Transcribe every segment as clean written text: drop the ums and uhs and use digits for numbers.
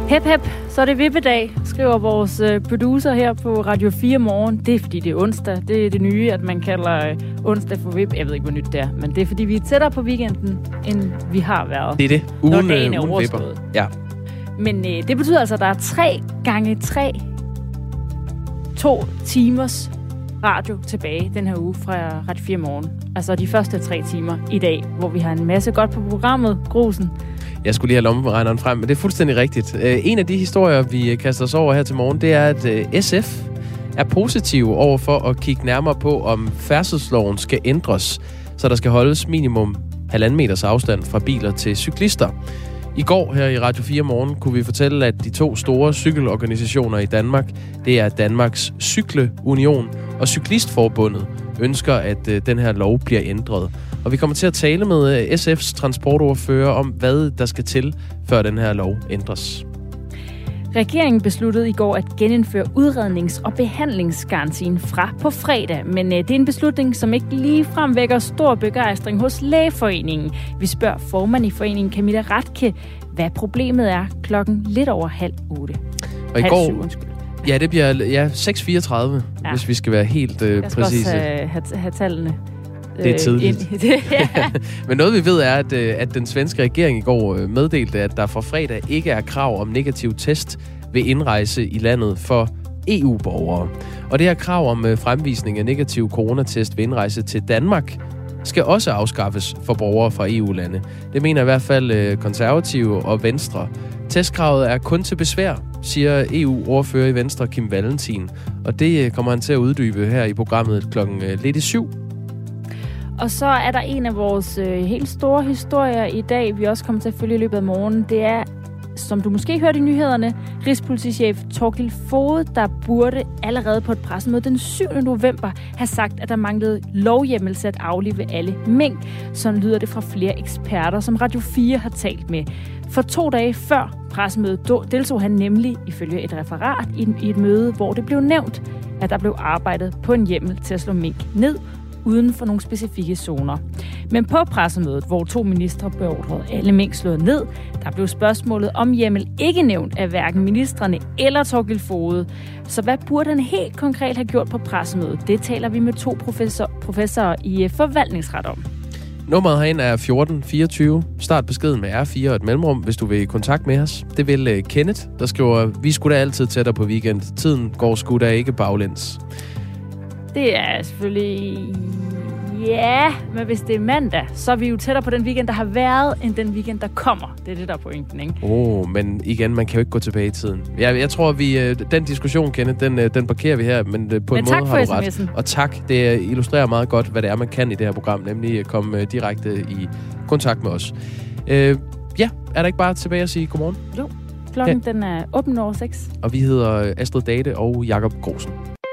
Hep, hep, så er det vippedag, skriver vores producer her på Radio 4 Morgen. Det er fordi det er onsdag. Det er det nye, at man kalder onsdag for vip. Jeg ved ikke, hvor nyt det er, men det er fordi vi er tættere på weekenden, end vi har været. Det er det. Når dagen er overstået. Ja. Men det betyder altså, at der er 3 gange 3 2 timers radio tilbage den her uge fra Radio 4 Morgen. Altså de første 3 timer i dag, hvor vi har en masse godt på programmet. Grusen. Jeg skulle lige have lommeregneren frem, men det er fuldstændig rigtigt. En af de historier, vi kaster os over her til morgen, det er, at SF er positive over for at kigge nærmere på, om færdselsloven skal ændres, så der skal holdes minimum 1,5 meters afstand fra biler til cyklister. I går her i Radio 4 Morgen kunne vi fortælle, at de 2 store cykelorganisationer i Danmark, det er Danmarks Cykleunion og Cyklistforbundet, ønsker, at den her lov bliver ændret. Og vi kommer til at tale med SF's transportordfører om, hvad der skal til, før den her lov ændres. Regeringen besluttede i går at genindføre udrednings- og behandlingsgarantien fra på fredag. Men det er en beslutning, som ikke ligefrem vækker stor begejstring hos Lægeforeningen. Vi spørger formand i foreningen Camilla Rathke, hvad problemet er klokken lidt over 7:30. Og i går, ja, det bliver 6:34, hvis vi skal være helt præcise. Jeg skal også have tallene. Det er tidligt. Men noget vi ved er, at den svenske regering i går meddelte, at der fra fredag ikke er krav om negativ test ved indrejse i landet for EU-borgere. Og det her krav om fremvisning af negativ coronatest ved indrejse til Danmark skal også afskaffes for borgere fra EU-lande. Det mener i hvert fald konservative og Venstre. Testkravet er kun til besvær, siger EU-ordfører i Venstre Kim Valentin. Og det kommer han til at uddybe her i programmet klokken lidt i 7. Og så er der en af vores helt store historier i dag, vi også kommer til at følge i løbet af morgenen. Det er, som du måske hørte i nyhederne, Rigspolitichef Thorkild Foged, der burde allerede på et pressemøde den 7. november have sagt, at der manglede lovhjemmel til at aflive alle mink. Sådan lyder det fra flere eksperter, som Radio 4 har talt med. For 2 dage før pressemødet deltog han nemlig ifølge et referat i et møde, hvor det blev nævnt, at der blev arbejdet på en hjemmel til at slå mink ned, uden for nogle specifikke zoner. Men på pressemødet, hvor 2 ministre beordrede alle mink slået ned, der blev spørgsmålet om hjemmel ikke nævnt af hverken ministrene eller Thorkild Foged. Så hvad burde han helt konkret have gjort på pressemødet? Det taler vi med 2 professorer i forvaltningsret om. Nummeret herind er 1424. Start beskeden med R4 og et mellemrum, hvis du vil i kontakt med os. Det vil Kenneth, der skriver, vi skulle da altid tættere på weekend. Tiden går sgu da ikke baglæns. Det er selvfølgelig... Ja, men hvis det er mandag, så er vi jo tættere på den weekend, der har været, end den weekend, der kommer. Det er det, der er pointen, ikke? Men igen, man kan jo ikke gå tilbage i tiden. Jeg tror, den diskussion, Kenneth, den parkerer vi her, men på en måde har du ret. Og tak, det illustrerer meget godt, hvad det er, man kan i det her program, nemlig at komme direkte i kontakt med os. Er der ikke bare tilbage at sige godmorgen? Jo, klokken den er 8:06. Og vi hedder Astrid Date og Jakob Grosen.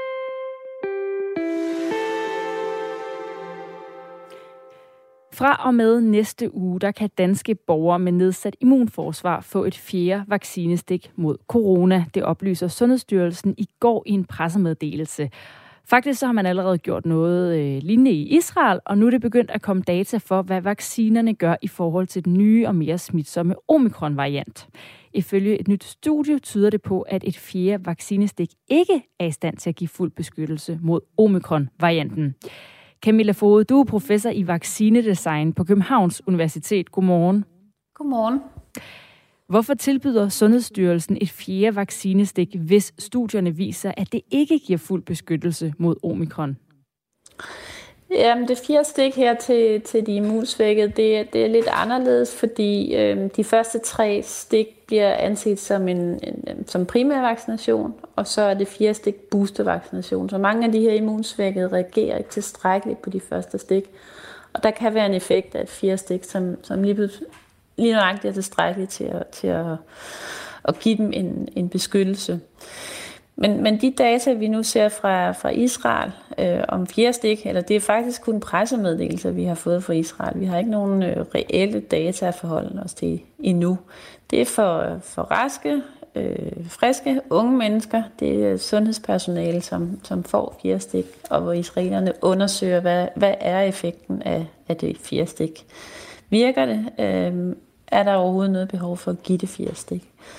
Fra og med næste uge, der kan danske borgere med nedsat immunforsvar få et 4. vaccinestik mod corona. Det oplyser Sundhedsstyrelsen i går i en pressemeddelelse. Faktisk så har man allerede gjort noget lignende i Israel, og nu er det begyndt at komme data for, hvad vaccinerne gør i forhold til den nye og mere smitsomme omikron-variant. Ifølge et nyt studie tyder det på, at et 4. vaccinestik ikke er i stand til at give fuld beskyttelse mod omikron-varianten. Camilla Foged, du er professor i vaccinedesign på Københavns Universitet. Godmorgen. Godmorgen. Hvorfor tilbyder Sundhedsstyrelsen et 4. vaccinestik, hvis studierne viser, at det ikke giver fuld beskyttelse mod omikron? Jamen, det 4. stik her til de immunsvækkede, det er lidt anderledes, fordi de første 3 stik bliver anset som primær vaccination, og så er det 4. stik boostervaccination. Så mange af de her immunsvækkede reagerer ikke tilstrækkeligt på de første stik. Og der kan være en effekt af et 4. stik, som lige nøjagtigt er tilstrækkeligt til at give dem en beskyttelse. Men de data, vi nu ser fra Israel om 4. stik, eller det er faktisk kun pressemeddelelser, vi har fået fra Israel. Vi har ikke nogen reelle data at forholde os til endnu. Det er for raske, friske, unge mennesker. Det er sundhedspersonale, som får 4. stik, og hvor israelerne undersøger, hvad er effekten af det 4. stik. Virker det? Er der overhovedet noget behov for at give det 4. stik?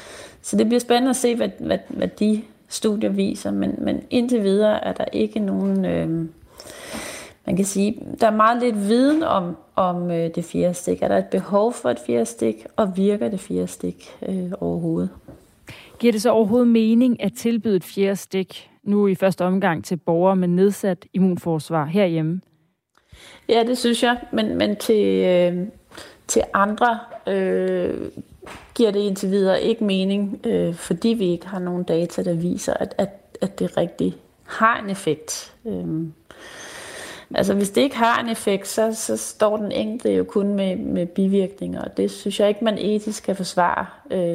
Så det bliver spændende at se, hvad de studier viser, men indtil videre er der ikke nogen, man kan sige, der er meget lidt viden om det fjerde stik. Er der et behov for et fjerde stik, og virker det fjerde stik overhovedet? Giver det så overhovedet mening at tilbyde et fjerde stik nu i første omgang til borgere med nedsat immunforsvar herhjemme? Ja, det synes jeg, men til andre giver det indtil videre ikke mening, fordi vi ikke har nogen data, der viser, at det rigtig har en effekt. Altså hvis det ikke har en effekt, så står den enkelte jo kun med bivirkninger, og det synes jeg ikke, man etisk kan forsvare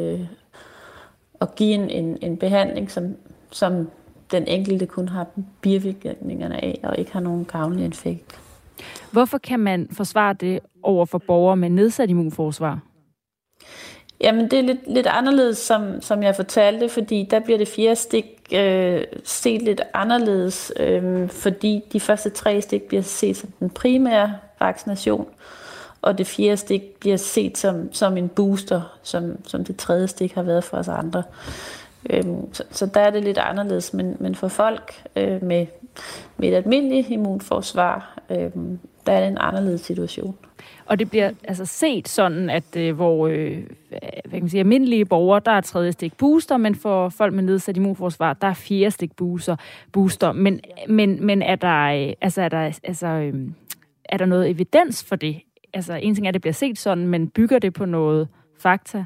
at give en behandling, som den enkelte kun har bivirkningerne af, og ikke har nogen gavnlig effekt. Hvorfor kan man forsvare det over for borgere med nedsat immunforsvar? Jamen, det er lidt anderledes, som jeg fortalte, fordi der bliver det fjerde stik set lidt anderledes, fordi de første 3 stik bliver set som den primære vaccination, og det fjerde stik bliver set som en booster, som det 3. stik har været for os andre. Så der er det lidt anderledes, men for folk med et almindeligt immunforsvar, der er det en anderledes situation. Og det bliver altså set sådan, at hvor hvad kan man sige, almindelige borgere, der er 3. stik booster, men for folk med nedsat immunforsvar, der er 4. stik booster. Men er der noget evidens for det? Altså en ting er, at det bliver set sådan, men bygger det på noget fakta?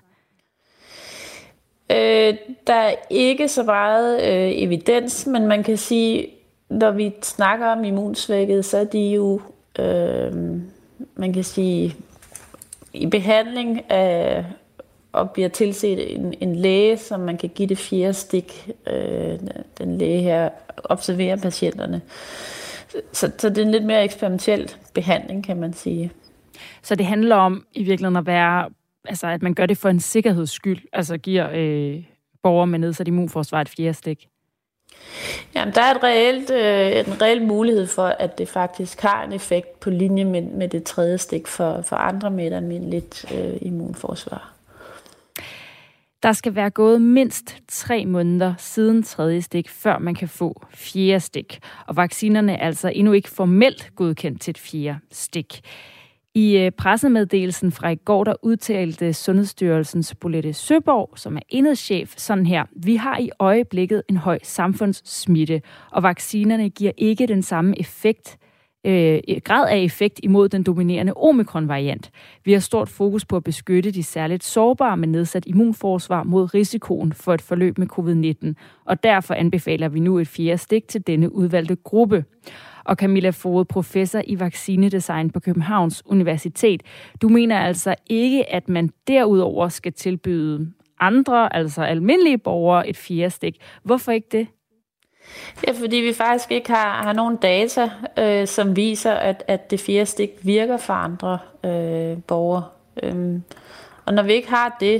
Der er ikke så meget evidens, men man kan sige, når vi snakker om immunsvækket, så er de jo, man kan sige, i behandling af, og bliver tilset en læge, som man kan give det fjerde stik. Den læge her observerer patienterne. Så det er en lidt mere eksperimentel behandling, kan man sige. Så det handler om i virkeligheden at være, altså at man gør det for en sikkerheds skyld, altså giver borgere med nedsat immunforsvar et fjerde stik? Jamen, der er en reel mulighed for, at det faktisk har en effekt på linje med det 3. stik for andre med et almindeligt immunforsvar. Der skal være gået mindst 3 måneder siden 3. stik, før man kan få fjerde stik. Og vaccinerne er altså endnu ikke formelt godkendt til et fjerde stik. I pressemeddelelsen fra i går, der udtalte Sundhedsstyrelsens Bolette Søborg, som er enhedschef, sådan her: Vi har i øjeblikket en høj samfundssmitte, og vaccinerne giver ikke den samme grad af effekt imod den dominerende omikron-variant. Vi har stort fokus på at beskytte de særligt sårbare med nedsat immunforsvar mod risikoen for et forløb med covid-19, og derfor anbefaler vi nu et fjerde stik til denne udvalgte gruppe. Og Camilla Foged, professor i vaccinedesign på Københavns Universitet. Du mener altså ikke, at man derudover skal tilbyde andre, altså almindelige borgere, et fjerde stik. Hvorfor ikke det? Ja, fordi vi faktisk ikke har nogen data, som viser, at det fjerde stik virker for andre borgere. Og når vi ikke har det,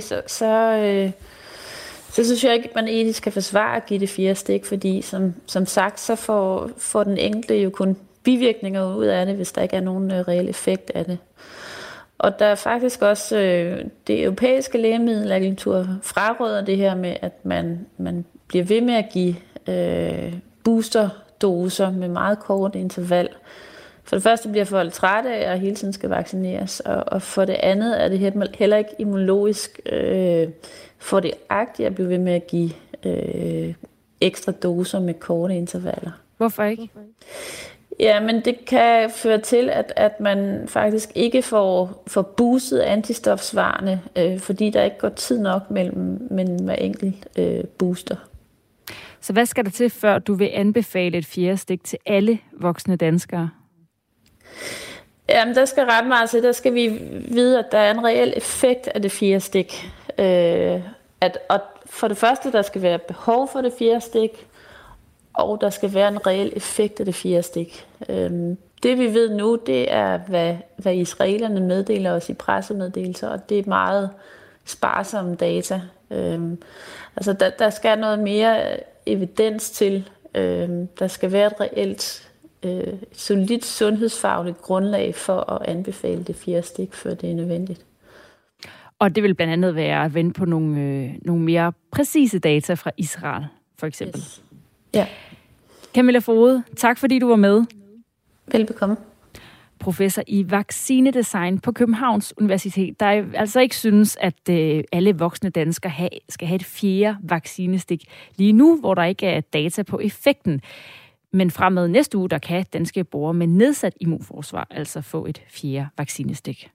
så synes jeg ikke, at man etisk kan forsvare at give det fjerde stik, fordi som sagt, så får den enkelte jo kun bivirkninger ud af det, hvis der ikke er nogen reel effekt af det. Og der er faktisk også det europæiske lægemiddelagentur fraråder det her med, at man bliver ved med at give boosterdoser med meget kort interval. For det første bliver folk trætte af at hele tiden skal vaccineres, og for det andet er det heller ikke immunologisk for det agtigt at blive ved med at give ekstra doser med korte intervaller. Hvorfor ikke? Ja, men det kan føre til, at man faktisk ikke får boostet antistofsvarene, fordi der ikke går tid nok mellem hver enkelt booster. Så hvad skal der til, før du vil anbefale et fjerde stik til alle voksne danskere? Jamen, der skal ret meget til. Der skal vi vide, at der er en reel effekt af det fjerde stik. Og for det første, der skal være behov for det fjerde stik, og der skal være en reel effekt af det fjerde stik. Det vi ved nu, det er, hvad israelerne meddeler os i pressemeddelelser, og det er meget sparsomme data. Altså, der skal noget mere evidens til. Der skal være et reelt solidt sundhedsfagligt grundlag for at anbefale det fjerde stik, før det er nødvendigt. Og det vil blandt andet være at vende på nogle mere præcise data fra Israel, for eksempel. Yes. Ja. Camilla Foged, tak fordi du var med. Velbekomme. Professor i vaccinedesign på Københavns Universitet, der altså ikke synes, at alle voksne danskere skal have et 4. vaccinestik lige nu, hvor der ikke er data på effekten. Men fremad næste uge, der kan danske borgere med nedsat immunforsvar altså få et 4. vaccinestik.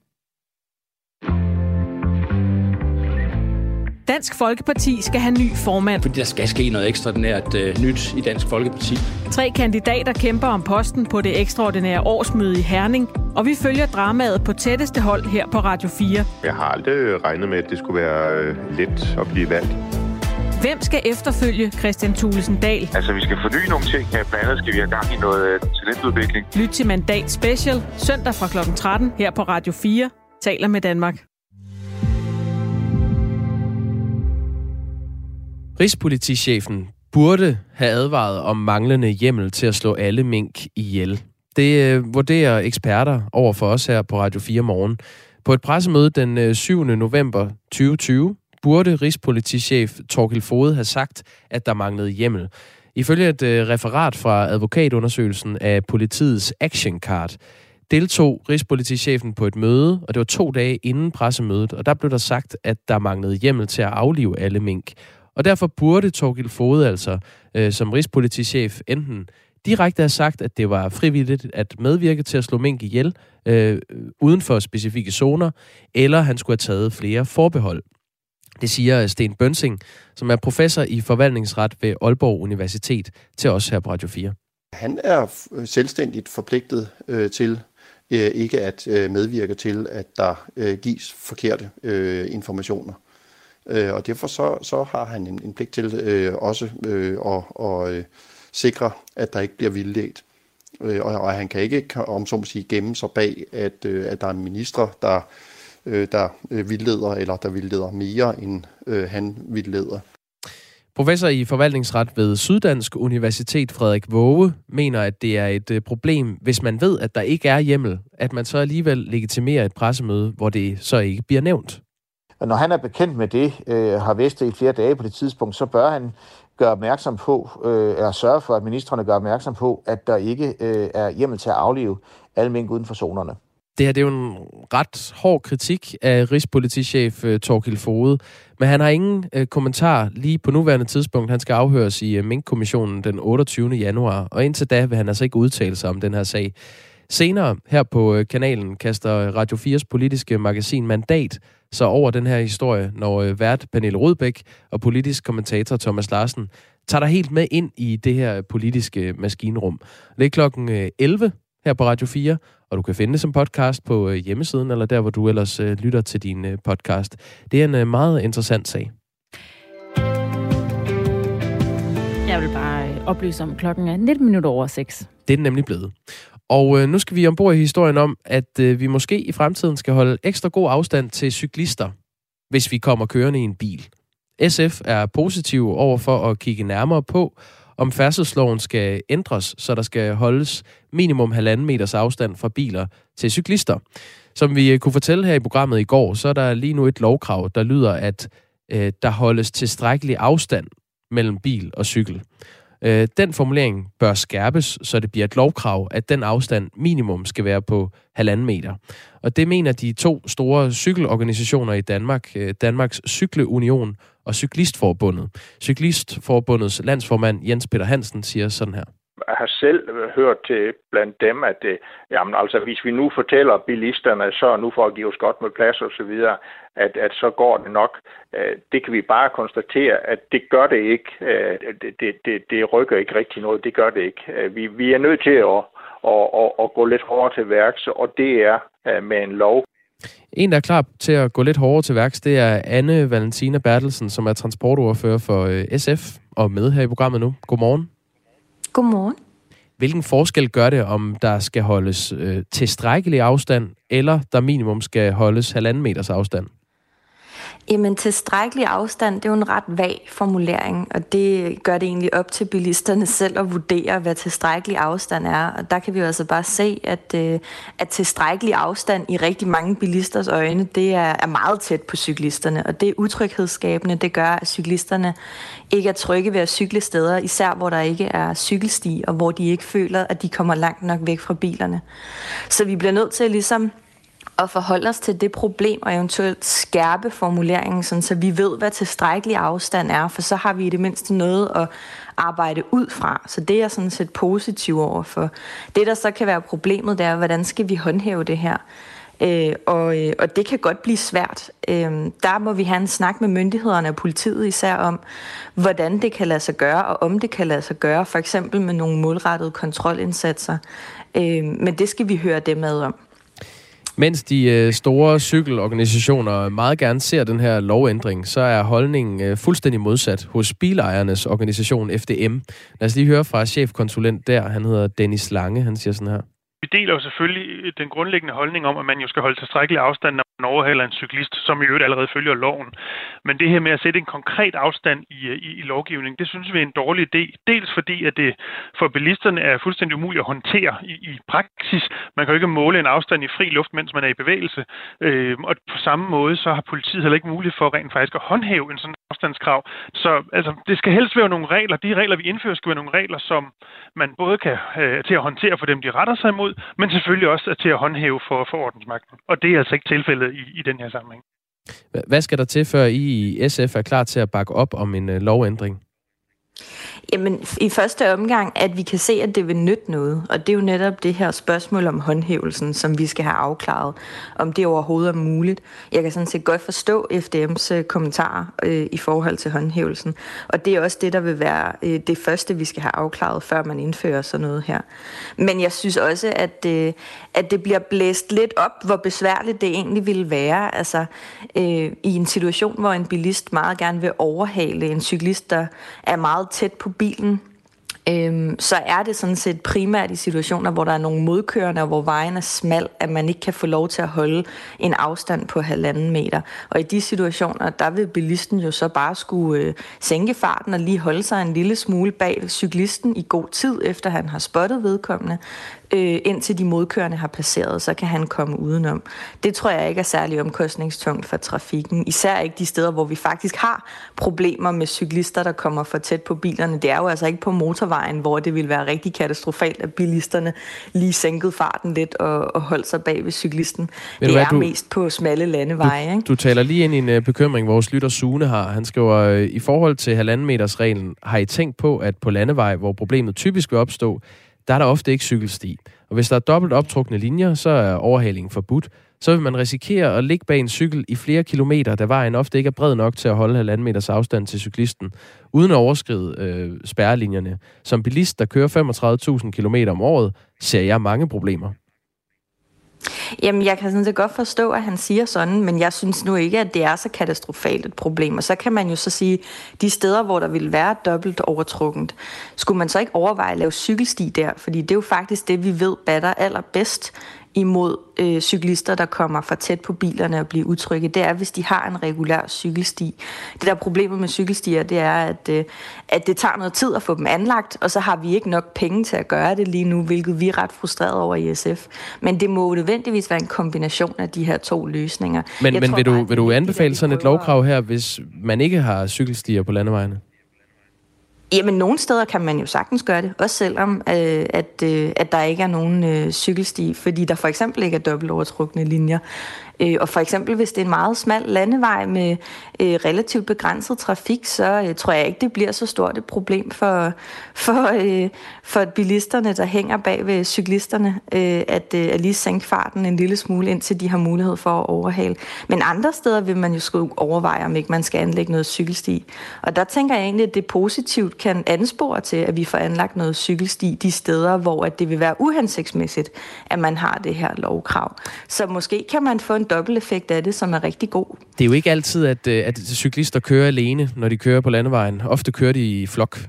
Dansk Folkeparti skal have ny formand. Fordi der skal ske noget ekstraordinært nyt i Dansk Folkeparti. 3 kandidater kæmper om posten på det ekstraordinære årsmøde i Herning, og vi følger dramaet på tætteste hold her på Radio 4. Jeg har aldrig regnet med, at det skulle være let at blive valgt. Hvem skal efterfølge Kristian Thulesen Dahl? Altså, vi skal forny nogle ting. Blandt andet skal vi have gang i noget talentudvikling. Lyt til Mandat Special søndag fra kl. 13 her på Radio 4. Taler med Danmark. Rigspolitichefen burde have advaret om manglende hjemmel til at slå alle mink ihjel. Det vurderer eksperter over for os her på Radio 4 Morgen. På et pressemøde den 7. november 2020 burde rigspolitichef Thorkild Foged have sagt, at der manglede hjemmel. Ifølge et referat fra advokatundersøgelsen af politiets action card, deltog rigspolitichefen på et møde, og det var 2 dage inden pressemødet, og der blev der sagt, at der manglede hjemmel til at aflive alle mink. Og derfor burde Thorkild Foged altså som rigspolitichef enten direkte have sagt, at det var frivilligt at medvirke til at slå mink ihjel uden for specifikke zoner, eller han skulle have taget flere forbehold. Det siger Sten Bønsing, som er professor i forvaltningsret ved Aalborg Universitet, til os her på Radio 4. Han er selvstændigt forpligtet til ikke at medvirke til, at der gives forkerte informationer. Og derfor så har han en pligt til også at sikre, at der ikke bliver vildledt. Og han kan ikke, om så må sige, gemme sig bag, at der er en minister, der vildleder, eller der vildleder mere, end han vildleder. Professor i forvaltningsret ved Syddansk Universitet, Frederik Waage, mener, at det er et problem, hvis man ved, at der ikke er hjemmel, at man så alligevel legitimerer et pressemøde, hvor det så ikke bliver nævnt. Og når han er bekendt med det, har vidst det i flere dage på det tidspunkt, så bør han gøre opmærksom på, eller sørge for, at ministrene gør opmærksom på, at der ikke er hjemmel til at aflive alle mink uden for zonerne. Det her det er jo en ret hård kritik af rigspolitichef Thorkild Foged, men han har ingen kommentar lige på nuværende tidspunkt. Han skal afhøres i Mink-kommissionen den 28. januar, og indtil da vil han altså ikke udtale sig om den her sag. Senere her på kanalen kaster Radio 4's politiske magasin Mandat så over den her historie, når vært Pernille Rudbæk og politisk kommentator Thomas Larsen tager dig helt med ind i det her politiske maskinrum. Det er klokken 11 her på Radio 4, og du kan finde det som podcast på hjemmesiden, eller der, hvor du ellers lytter til din podcast. Det er en meget interessant sag. Jeg vil bare oplyse om, klokken er 19:06. Det er den nemlig blevet. Og nu skal vi ombord i historien om, at vi måske i fremtiden skal holde ekstra god afstand til cyklister, hvis vi kommer kørende i en bil. SF er positiv over for at kigge nærmere på, om færdselsloven skal ændres, så der skal holdes minimum 1,5 meters afstand fra biler til cyklister. Som vi kunne fortælle her i programmet i går, så er der lige nu et lovkrav, der lyder, at der holdes tilstrækkelig afstand mellem bil og cykel. Den formulering bør skærpes, så det bliver et lovkrav, at den afstand minimum skal være på 1,5 meter. Og det mener de 2 store cykelorganisationer i Danmark, Danmarks Cykleunion og Cyklistforbundet. Cyklistforbundets landsformand Jens Peter Hansen siger sådan her. Jeg har selv hørt til blandt dem, at jamen, altså, hvis vi nu fortæller bilisterne, så nu for at give os godt med plads og så videre, at så går det nok. Det kan vi bare konstatere, at det gør det ikke. Det rykker ikke rigtig noget. Det gør det ikke. Vi er nødt til at gå lidt hårdere til værks, og det er med en lov. En, der er klar til at gå lidt hårdere til værks, det er Anne Valentina Bertelsen, som er transportordfører for SF og med her i programmet nu. Godmorgen. Godmorgen. Hvilken forskel gør det, om der skal holdes tilstrækkelig afstand, eller der minimum skal holdes 1,5 meters afstand? Jamen, tilstrækkelig afstand, det er jo en ret vag formulering, og det gør det egentlig op til bilisterne selv at vurdere, hvad tilstrækkelig afstand er. Og der kan vi jo altså bare se, at tilstrækkelig afstand i rigtig mange bilisters øjne, det er meget tæt på cyklisterne, og det er utryghedsskabende. Det gør, at cyklisterne ikke er trygge ved at cykle steder, især hvor der ikke er cykelsti, og hvor de ikke føler, at de kommer langt nok væk fra bilerne. Så vi bliver nødt til ligesom og forholde os til det problem og eventuelt skærpe formuleringen, sådan, så vi ved, hvad tilstrækkelig afstand er, for så har vi i det mindste noget at arbejde ud fra. Så det er jeg sådan set positiv over for. Det, der så kan være problemet, det er, hvordan skal vi håndhæve det her? Og det kan godt blive svært. Der må vi have en snak med myndighederne og politiet især om, hvordan det kan lade sig gøre, og om det kan lade sig gøre, for eksempel med nogle målrettede kontrolindsatser. Men det skal vi høre dem med om. Mens de store cykelorganisationer meget gerne ser den her lovændring, så er holdningen fuldstændig modsat hos bilejernes organisation FDM. Lad os lige høre fra chefkonsulent der, han hedder Dennis Lange, han siger sådan her. Vi deler jo selvfølgelig den grundlæggende holdning om, at man jo skal holde tilstrækkelig afstand, når man overhaler en cyklist, som i øvrigt allerede følger loven. Men det her med at sætte en konkret afstand i lovgivningen, det synes vi er en dårlig idé. Dels fordi, at det for bilisterne er fuldstændig umuligt at håndtere i praksis. Man kan jo ikke måle en afstand i fri luft, mens man er i bevægelse. Og på samme måde, så har politiet heller ikke mulighed for rent faktisk at håndhæve en sådan afstandskrav. Så altså, det skal helst være nogle regler. De regler, vi indfører, skal være nogle regler, som man både kan til at håndtere for dem, de retter sig imod, men selvfølgelig også til at håndhæve for ordensmagten. Og det er altså ikke tilfældet i den her sammenhæng. Hvad skal der til, før I i SF er klar til at bakke op om en lovændring? Jamen, i første omgang, at vi kan se, at det vil nytte noget. Og det er jo netop det her spørgsmål om håndhævelsen, som vi skal have afklaret, om det overhovedet er muligt. Jeg kan sådan set godt forstå FDM's kommentarer i forhold til håndhævelsen. Og det er også det, der vil være det første, vi skal have afklaret, før man indfører sådan noget her. Men jeg synes også, at det bliver blæst lidt op, hvor besværligt det egentlig ville være. Altså, i en situation, hvor en bilist meget gerne vil overhale en cyklist, der er meget tæt på bilen, så er det sådan set primært i situationer, hvor der er nogle modkørende, og hvor vejen er smal, at man ikke kan få lov til at holde en afstand på 1,5 meter. Og i de situationer, der vil bilisten jo så bare skulle sænke farten og lige holde sig en lille smule bag cyklisten i god tid, efter han har spottet vedkommende, indtil de modkørende har passeret, så kan han komme udenom. Det tror jeg ikke er særlig omkostningstungt for trafikken. Især ikke de steder, hvor vi faktisk har problemer med cyklister, der kommer for tæt på bilerne. Det er jo altså ikke på motorvejen, hvor det vil være rigtig katastrofalt, at bilisterne lige sænkede farten lidt og holdt sig bag ved cyklisten. Det er mest på smalle landeveje. Ikke? Du taler lige ind i en bekymring, vores lytter Sune har. Han skriver, i forhold til 1,5 meters reglen, har I tænkt på, at på landevej, hvor problemet typisk vil opstå, der er der ofte ikke cykelsti. Og hvis der er dobbelt optrukne linjer, så er overhalingen forbudt. Så vil man risikere at ligge bag en cykel i flere kilometer, da vejen ofte ikke er bred nok til at holde 1,5 meters afstand til cyklisten, uden at overskride spærrelinjerne. Som bilist, der kører 35.000 kilometer om året, ser jeg mange problemer. Jamen, jeg kan sådan set godt forstå, at han siger sådan, men jeg synes nu ikke, at det er så katastrofalt et problem. Og så kan man jo så sige, de steder, hvor der vil være dobbelt overtrukket, skulle man så ikke overveje at lave cykelsti der? Fordi det er jo faktisk det, vi ved batter allerbedst imod cyklister, der kommer for tæt på bilerne og bliver utrygge. Det er, hvis de har en regulær cykelsti. Det der problemet med cykelstier, det er, at det tager noget tid at få dem anlagt, og så har vi ikke nok penge til at gøre det lige nu, hvilket vi er ret frustreret over i SF. Men det må nødvendigvis være en kombination af de her to løsninger. Men vil du anbefale sådan et lovkrav her, hvis man ikke har cykelstier på landevejene? Jamen, nogle steder kan man jo sagtens gøre det, også selvom at der ikke er nogen cykelsti, fordi der for eksempel ikke er dobbelt overtrukne linjer. Og for eksempel, hvis det er en meget smal landevej med relativt begrænset trafik, så tror jeg ikke, det bliver så stort et problem for bilisterne, der hænger bag ved cyklisterne, at lige sænke farten en lille smule, indtil de har mulighed for at overhale. Men andre steder vil man jo skulle overveje, om ikke man skal anlægge noget cykelsti. Og der tænker jeg egentlig, at det positivt kan anspore til, at vi får anlagt noget cykelsti de steder, hvor at det vil være uhensigtsmæssigt, at man har det her lovkrav. Så måske kan man få en dobbelteffekt af det, som er rigtig god. Det er jo ikke altid, at cyklister kører alene, når de kører på landevejen. Ofte kører de i flok.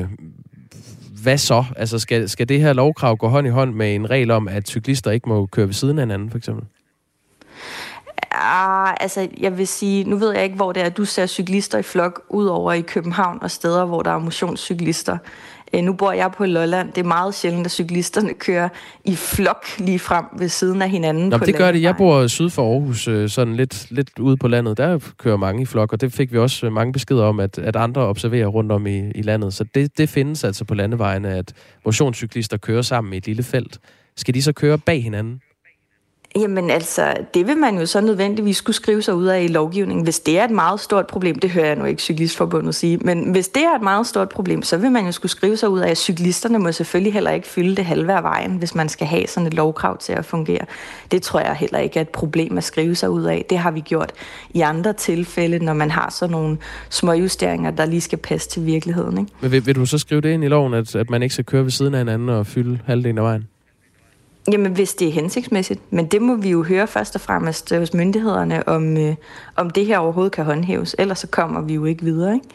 Hvad så? Altså, skal det her lovkrav gå hånd i hånd med en regel om, at cyklister ikke må køre ved siden af hinanden, for eksempel? Altså, jeg vil sige, nu ved jeg ikke, hvor det er, du ser cyklister i flok, udover i København og steder, hvor der er motionscyklister. Nu bor jeg på Lolland. Det er meget sjældent, at cyklisterne kører i flok lige frem ved siden af hinanden. Nå, det gør det. Jeg bor syd for Aarhus, sådan lidt ude på landet. Der kører mange i flok, og det fik vi også mange beskeder om, at andre observerer rundt om i landet. Så det findes altså på landevejene, at motionscyklister kører sammen i et lille felt. Skal de så køre bag hinanden? Jamen altså, det vil man jo så nødvendigvis skulle skrive sig ud af i lovgivningen. Hvis det er et meget stort problem, det hører jeg nu ikke Cyklistforbundet sige, men hvis det er et meget stort problem, så vil man jo skulle skrive sig ud af, at cyklisterne må selvfølgelig heller ikke fylde det halve af vejen, hvis man skal have sådan et lovkrav til at fungere. Det tror jeg heller ikke er et problem at skrive sig ud af. Det har vi gjort i andre tilfælde, når man har sådan nogle småjusteringer, der lige skal passe til virkeligheden. Ikke? Men vil du så skrive det ind i loven, at man ikke skal køre ved siden af hinanden og fylde halvdelen af vejen? Jamen, hvis det er hensigtsmæssigt. Men det må vi jo høre først og fremmest hos myndighederne, om det her overhovedet kan håndhæves. Ellers så kommer vi jo ikke videre, ikke?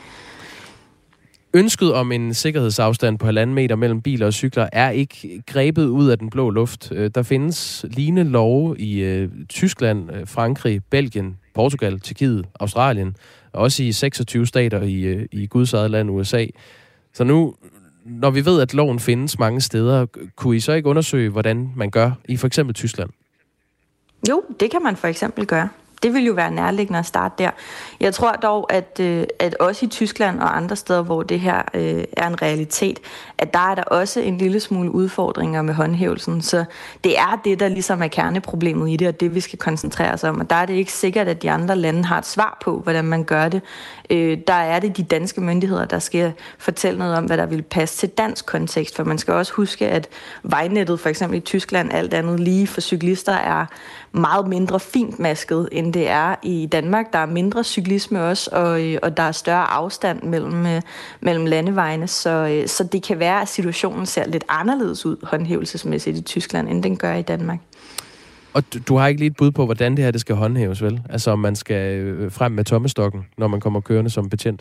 Ønsket om en sikkerhedsafstand på 1,5 meter mellem biler og cykler er ikke grebet ud af den blå luft. Der findes lignende love i Tyskland, Frankrig, Belgien, Portugal, Tjekkiet, Australien, og også i 26 stater i Guds eget land, USA. Så nu, når vi ved, at loven findes mange steder, kunne I så ikke undersøge, hvordan man gør i for eksempel Tyskland? Jo, det kan man for eksempel gøre. Det vil jo være nærliggende at starte der. Jeg tror dog, at også i Tyskland og andre steder, hvor det her er en realitet, at der er der også en lille smule udfordringer med håndhævelsen. Så det er det, der ligesom er kerneproblemet i det, og det vi skal koncentrere os om. Og der er det ikke sikkert, at de andre lande har et svar på, hvordan man gør det. Der er det de danske myndigheder, der skal fortælle noget om, hvad der vil passe til dansk kontekst. For man skal også huske, at vejnettet for eksempel i Tyskland, alt andet lige for cyklister, er meget mindre fintmasket, end det er i Danmark. Der er mindre cyklisme også, og der er større afstand mellem landevejene. Så det kan være, at situationen ser lidt anderledes ud håndhævelsesmæssigt i Tyskland, end den gør i Danmark. Og du har ikke lige et bud på, hvordan det her det skal håndhæves, vel? Altså om man skal frem med tommestokken, når man kommer kørende som betjent?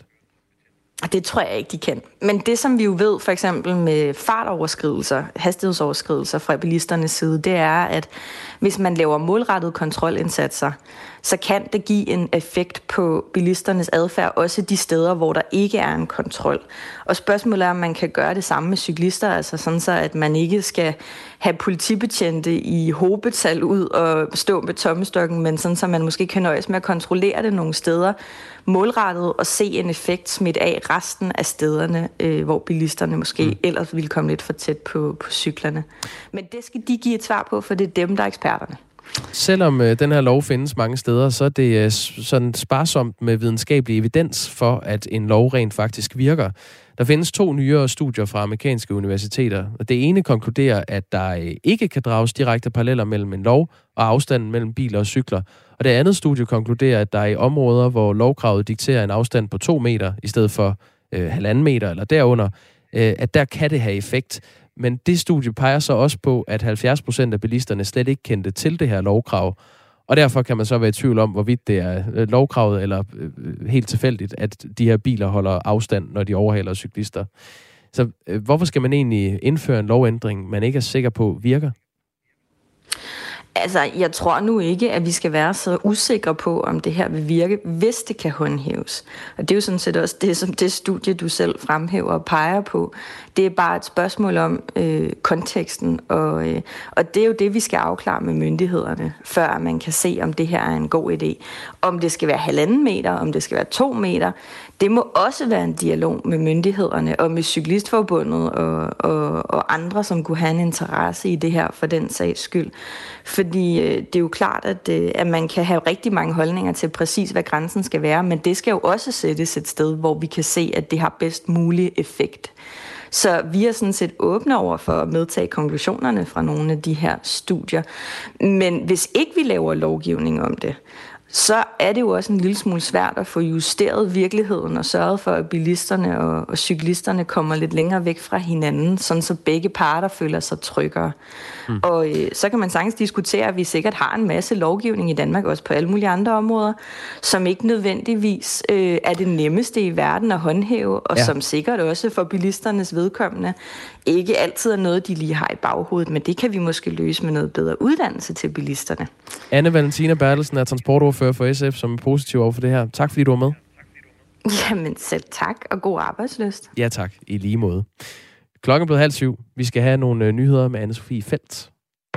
Det tror jeg ikke, de kan. Men det, som vi jo ved, for eksempel med fartoverskridelser, hastighedsoverskridelser fra bilisternes side, det er, at hvis man laver målrettede kontrolindsatser, så kan det give en effekt på bilisternes adfærd, også de steder, hvor der ikke er en kontrol. Og spørgsmålet er, om man kan gøre det samme med cyklister, altså sådan så, at man ikke skal have politibetjente i hobetal ud og stå med tommestokken, men sådan så man måske kan nøjes med at kontrollere det nogle steder målrettet og se en effekt smidt af resten af stederne, hvor bilisterne måske ellers ville komme lidt for tæt på cyklerne. Men det skal de give et svar på, for det er dem, der er eksperterne. Selvom den her lov findes mange steder, så er det sådan sparsomt med videnskabelig evidens for, at en lov rent faktisk virker. Der findes 2 nyere studier fra amerikanske universiteter. Det ene konkluderer, at der ikke kan drages direkte paralleller mellem en lov og afstanden mellem biler og cykler. Og det andet studie konkluderer, at der er i områder, hvor lovkravet dikterer en afstand på 2 meter i stedet for 1,5 meter eller derunder, at der kan det have effekt. Men det studie peger så også på, at 70% af bilisterne slet ikke kendte til det her lovkrav. Og derfor kan man så være i tvivl om, hvorvidt det er lovkravet eller helt tilfældigt, at de her biler holder afstand, når de overhaler cyklister. Så hvorfor skal man egentlig indføre en lovændring, man ikke er sikker på virker? Altså, jeg tror nu ikke, at vi skal være så usikre på, om det her vil virke, hvis det kan håndhæves. Og det er jo sådan set også det, som det studie, du selv fremhæver og peger på. Det er bare et spørgsmål om konteksten, og det er jo det, vi skal afklare med myndighederne, før man kan se, om det her er en god idé. Om det skal være 1,5 meter, om det skal være 2 meter, det må også være en dialog med myndighederne og med Cyklistforbundet og andre, som kunne have en interesse i det her for den sags skyld. Fordi det er jo klart, at man kan have rigtig mange holdninger til præcis, hvad grænsen skal være, men det skal jo også sættes et sted, hvor vi kan se, at det har bedst mulig effekt. Så vi er sådan set åbne over for at medtage konklusionerne fra nogle af de her studier. Men hvis ikke vi laver lovgivning om det, så er det jo også en lille smule svært at få justeret virkeligheden og sørget for, at bilisterne og cyklisterne kommer lidt længere væk fra hinanden, sådan så begge parter føler sig tryggere. Og så kan man sagtens diskutere, at vi sikkert har en masse lovgivning i Danmark, også på alle mulige andre områder, som ikke nødvendigvis er det nemmeste i verden at håndhæve, og som sikkert også for bilisternes vedkommende ikke altid er noget, de lige har i baghovedet, men det kan vi måske løse med noget bedre uddannelse til bilisterne. Anne Valentina Bertelsen er transportordfører for SF, som er positiv over for det her. Tak fordi du var med. Jamen selv tak, og god arbejdslyst. Ja tak, i lige måde. Klokken er blevet 6:30. Vi skal have nogle nyheder med Anne-Sophie Feldt.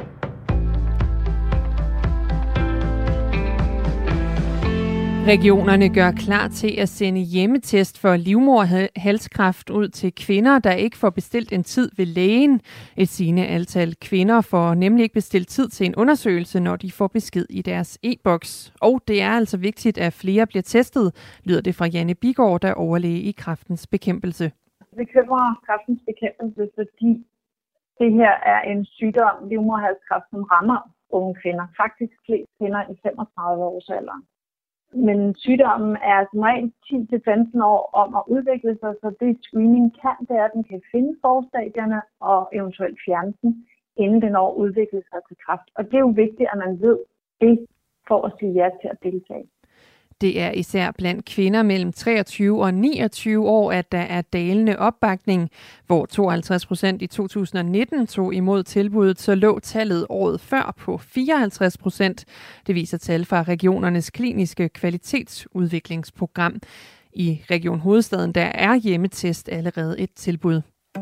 Regionerne gør klar til at sende hjemmetest for livmoderhalskræft ud til kvinder, der ikke får bestilt en tid ved lægen. Et stigende antal kvinder får nemlig ikke bestilt tid til en undersøgelse, når de får besked i deres e-boks. Og det er altså vigtigt, at flere bliver testet, lyder det fra Janne Bigård, der er overlæge i Kræftens Bekæmpelse. Det bekymrer Kræftens Bekæmpelse, fordi det her er en sygdom, livmoderhalskræft, som rammer unge kvinder. Faktisk flest kvinder i 35-årsalderen. Men sygdommen er som regel 10-15 år om at udvikle sig, så det screening kan, det er, at den kan finde forstadierne og eventuelt fjerne den, inden den når udvikler sig til kræft. Og det er jo vigtigt, at man ved det, for at sige ja til at deltage. Det er især blandt kvinder mellem 23 og 29 år, at der er dalende opbakning. Hvor 52% i 2019 tog imod tilbuddet, så lå tallet året før på 54%. Det viser tal fra regionernes kliniske kvalitetsudviklingsprogram. I Region Hovedstaden der er hjemmetest allerede et tilbud.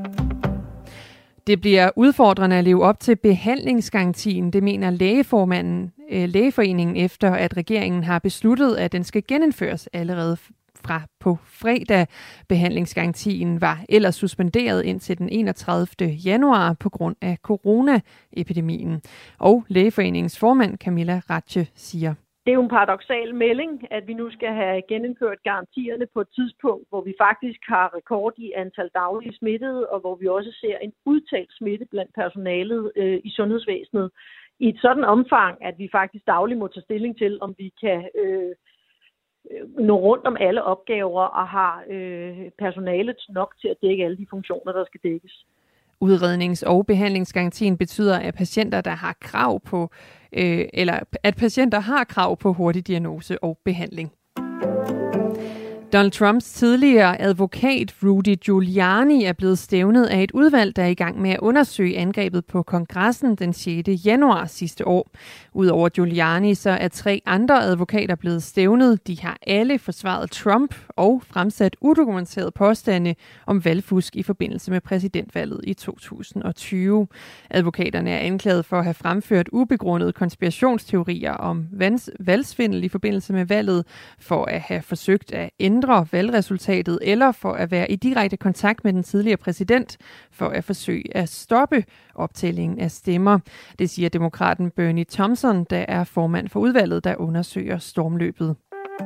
Det bliver udfordrende at leve op til behandlingsgarantien, det mener Lægeforeningen, efter at regeringen har besluttet, at den skal genindføres allerede fra på fredag. Behandlingsgarantien var ellers suspenderet indtil den 31. januar på grund af coronaepidemien. Og Lægeforeningens formand Camilla Ratche siger: Det er jo en paradoksal melding, at vi nu skal have genindført garantierne på et tidspunkt, hvor vi faktisk har rekord i antal daglige smittede, og hvor vi også ser en udtalt smitte blandt personalet i sundhedsvæsenet i et sådan omfang, at vi faktisk dagligt må tage stilling til, om vi kan nå rundt om alle opgaver og har personalet nok til at dække alle de funktioner, der skal dækkes. Udrednings- og behandlingsgarantien betyder, at patienter, der har krav på, patienter har krav på hurtig diagnose og behandling. Donald Trumps tidligere advokat Rudy Giuliani er blevet stævnet af et udvalg, der er i gang med at undersøge angrebet på kongressen den 6. januar sidste år. Udover Giuliani så er 3 andre advokater blevet stævnet. De har alle forsvaret Trump og fremsat udokumenterede påstande om valgfusk i forbindelse med præsidentvalget i 2020. Advokaterne er anklaget for at have fremført ubegrundede konspirationsteorier om valgsvindel i forbindelse med valget, for at have forsøgt at ændre valgresultatet eller for at være i direkte kontakt med den tidligere præsident for at forsøge at stoppe optællingen af stemmer. Det siger demokraten Bernie Thompson, der er formand for udvalget, der undersøger stormløbet.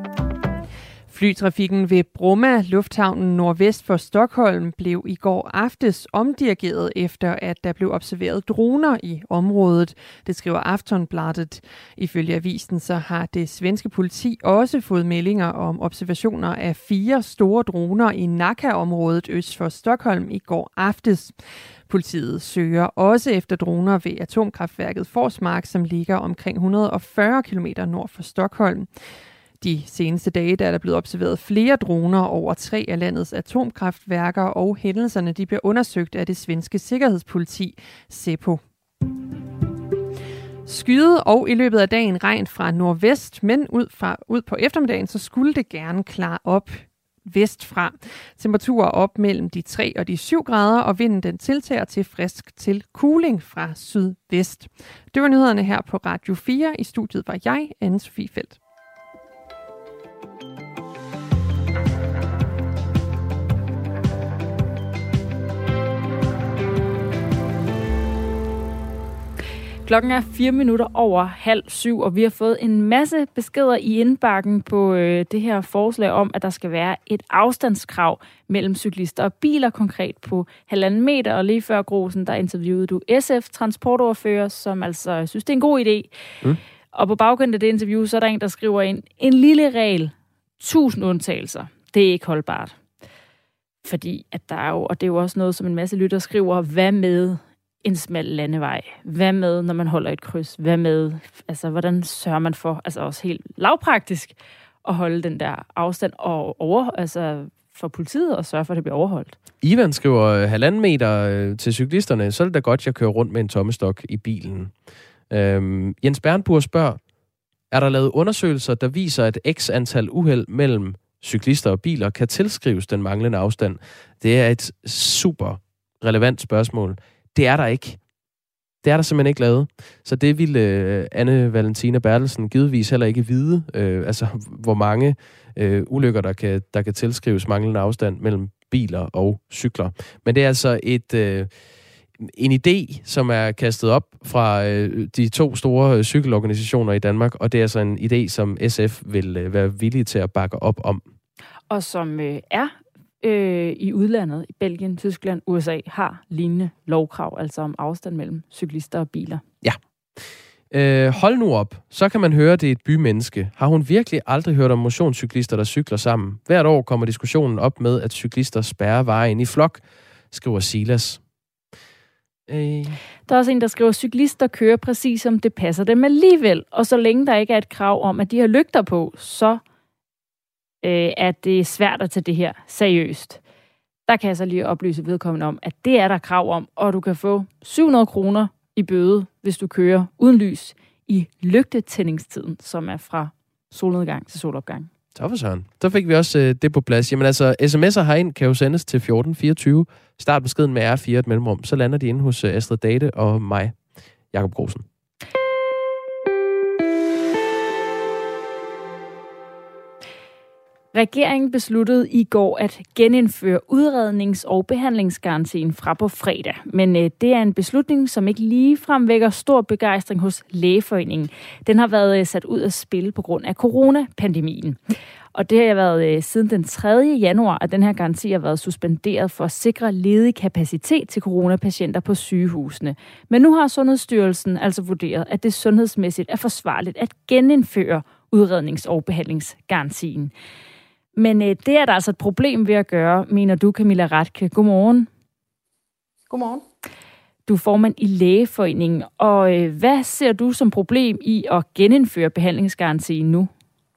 Flytrafikken ved Bromma, lufthavnen nordvest for Stockholm, blev i går aftes omdirigeret efter, at der blev observeret droner i området. Det skriver Aftonbladet. Ifølge avisen så har det svenske politi også fået meldinger om observationer af 4 store droner i Nacka-området øst for Stockholm i går aftes. Politiet søger også efter droner ved atomkraftværket Forsmark, som ligger omkring 140 km nord for Stockholm. De seneste dage der er der blevet observeret flere droner over 3 af landets atomkraftværker, og hændelserne de bliver undersøgt af det svenske sikkerhedspoliti, Säpo. Skyet og i løbet af dagen regn fra nordvest, men ud på eftermiddagen, så skulle det gerne klare op vestfra. Temperaturer op mellem de 3 og de 7 grader, og vinden den tiltager til frisk til kuling fra sydvest. Det var nyhederne her på Radio 4. I studiet var jeg, Anne-Sophie Feldt. Klokken er 7:04, og vi har fået en masse beskeder i indbakken på det her forslag om, at der skal være et afstandskrav mellem cyklister og biler, konkret på 1,5 meter. Og lige før Grosen, der interviewede du SF transportordfører, som altså synes, det er en god idé. Og på baggrund af det interview, så er der en, der skriver ind, en lille regel, 1000 undtagelser. Det er ikke holdbart. Fordi at der er jo, og det er jo også noget, som en masse lytter skriver, hvad med en smal landevej? Hvad med, når man holder et kryds? Hvad med, altså hvordan sørger man for, altså også helt lavpraktisk, at holde den der afstand og for politiet og sørge for, at det bliver overholdt? Ivan skriver 1,5 meter til cyklisterne, så er det da godt, jeg kører rundt med en tommestok i bilen. Jens Bernburg spørger, er der lavet undersøgelser, der viser, at x antal uheld mellem cyklister og biler kan tilskrives den manglende afstand? Det er et super relevant spørgsmål. Det er der ikke. Det er der simpelthen ikke lavet. Så det ville Anne Valentina Bertelsen givetvis heller ikke vide, hvor mange ulykker, der kan tilskrives manglende afstand mellem biler og cykler. Men det er altså en idé, som er kastet op fra de 2 store cykelorganisationer i Danmark, og det er altså en idé, som SF vil være villige til at bakke op om. Og som er i udlandet, i Belgien, Tyskland, USA, har lignende lovkrav, altså om afstand mellem cyklister og biler. Ja. Hold nu op, så kan man høre, det er et bymenneske. Har hun virkelig aldrig hørt om motionscyklister, der cykler sammen? Hvert år kommer diskussionen op med, at cyklister spærrer vejen i flok, skriver Silas. Der er også en, der skriver, cyklister kører præcis som det passer dem alligevel, og så længe der ikke er et krav om, at de har lygter på, så er det svært at tage det her seriøst. Der kan jeg så lige oplyse vedkommende om, at det er der krav om, og du kan få 700 kroner i bøde, hvis du kører uden lys i lygtetændingstiden, som er fra solnedgang til solopgang. Så for søren. Så fik vi også det på plads. Jamen altså, sms'er herind kan jo sendes til 1424. Start beskeden med R4 et mellemrum. Så lander de inde hos Astrid Date og mig, Jakob Grosen. Regeringen besluttede i går at genindføre udrednings- og behandlingsgarantien fra på fredag. Men det er en beslutning, som ikke ligefrem vækker stor begejstring hos Lægeforeningen. Den har været sat ud af spil på grund af coronapandemien. Og det har været siden den 3. januar, at den her garanti har været suspenderet for at sikre ledig kapacitet til coronapatienter på sygehusene. Men nu har Sundhedsstyrelsen altså vurderet, at det sundhedsmæssigt er forsvarligt at genindføre udrednings- og behandlingsgarantien. Men det er der altså et problem ved at gøre, mener du, Camilla Rathke. Godmorgen. Godmorgen. Du er formand i Lægeforeningen, og hvad ser du som problem i at genindføre behandlingsgarantien nu?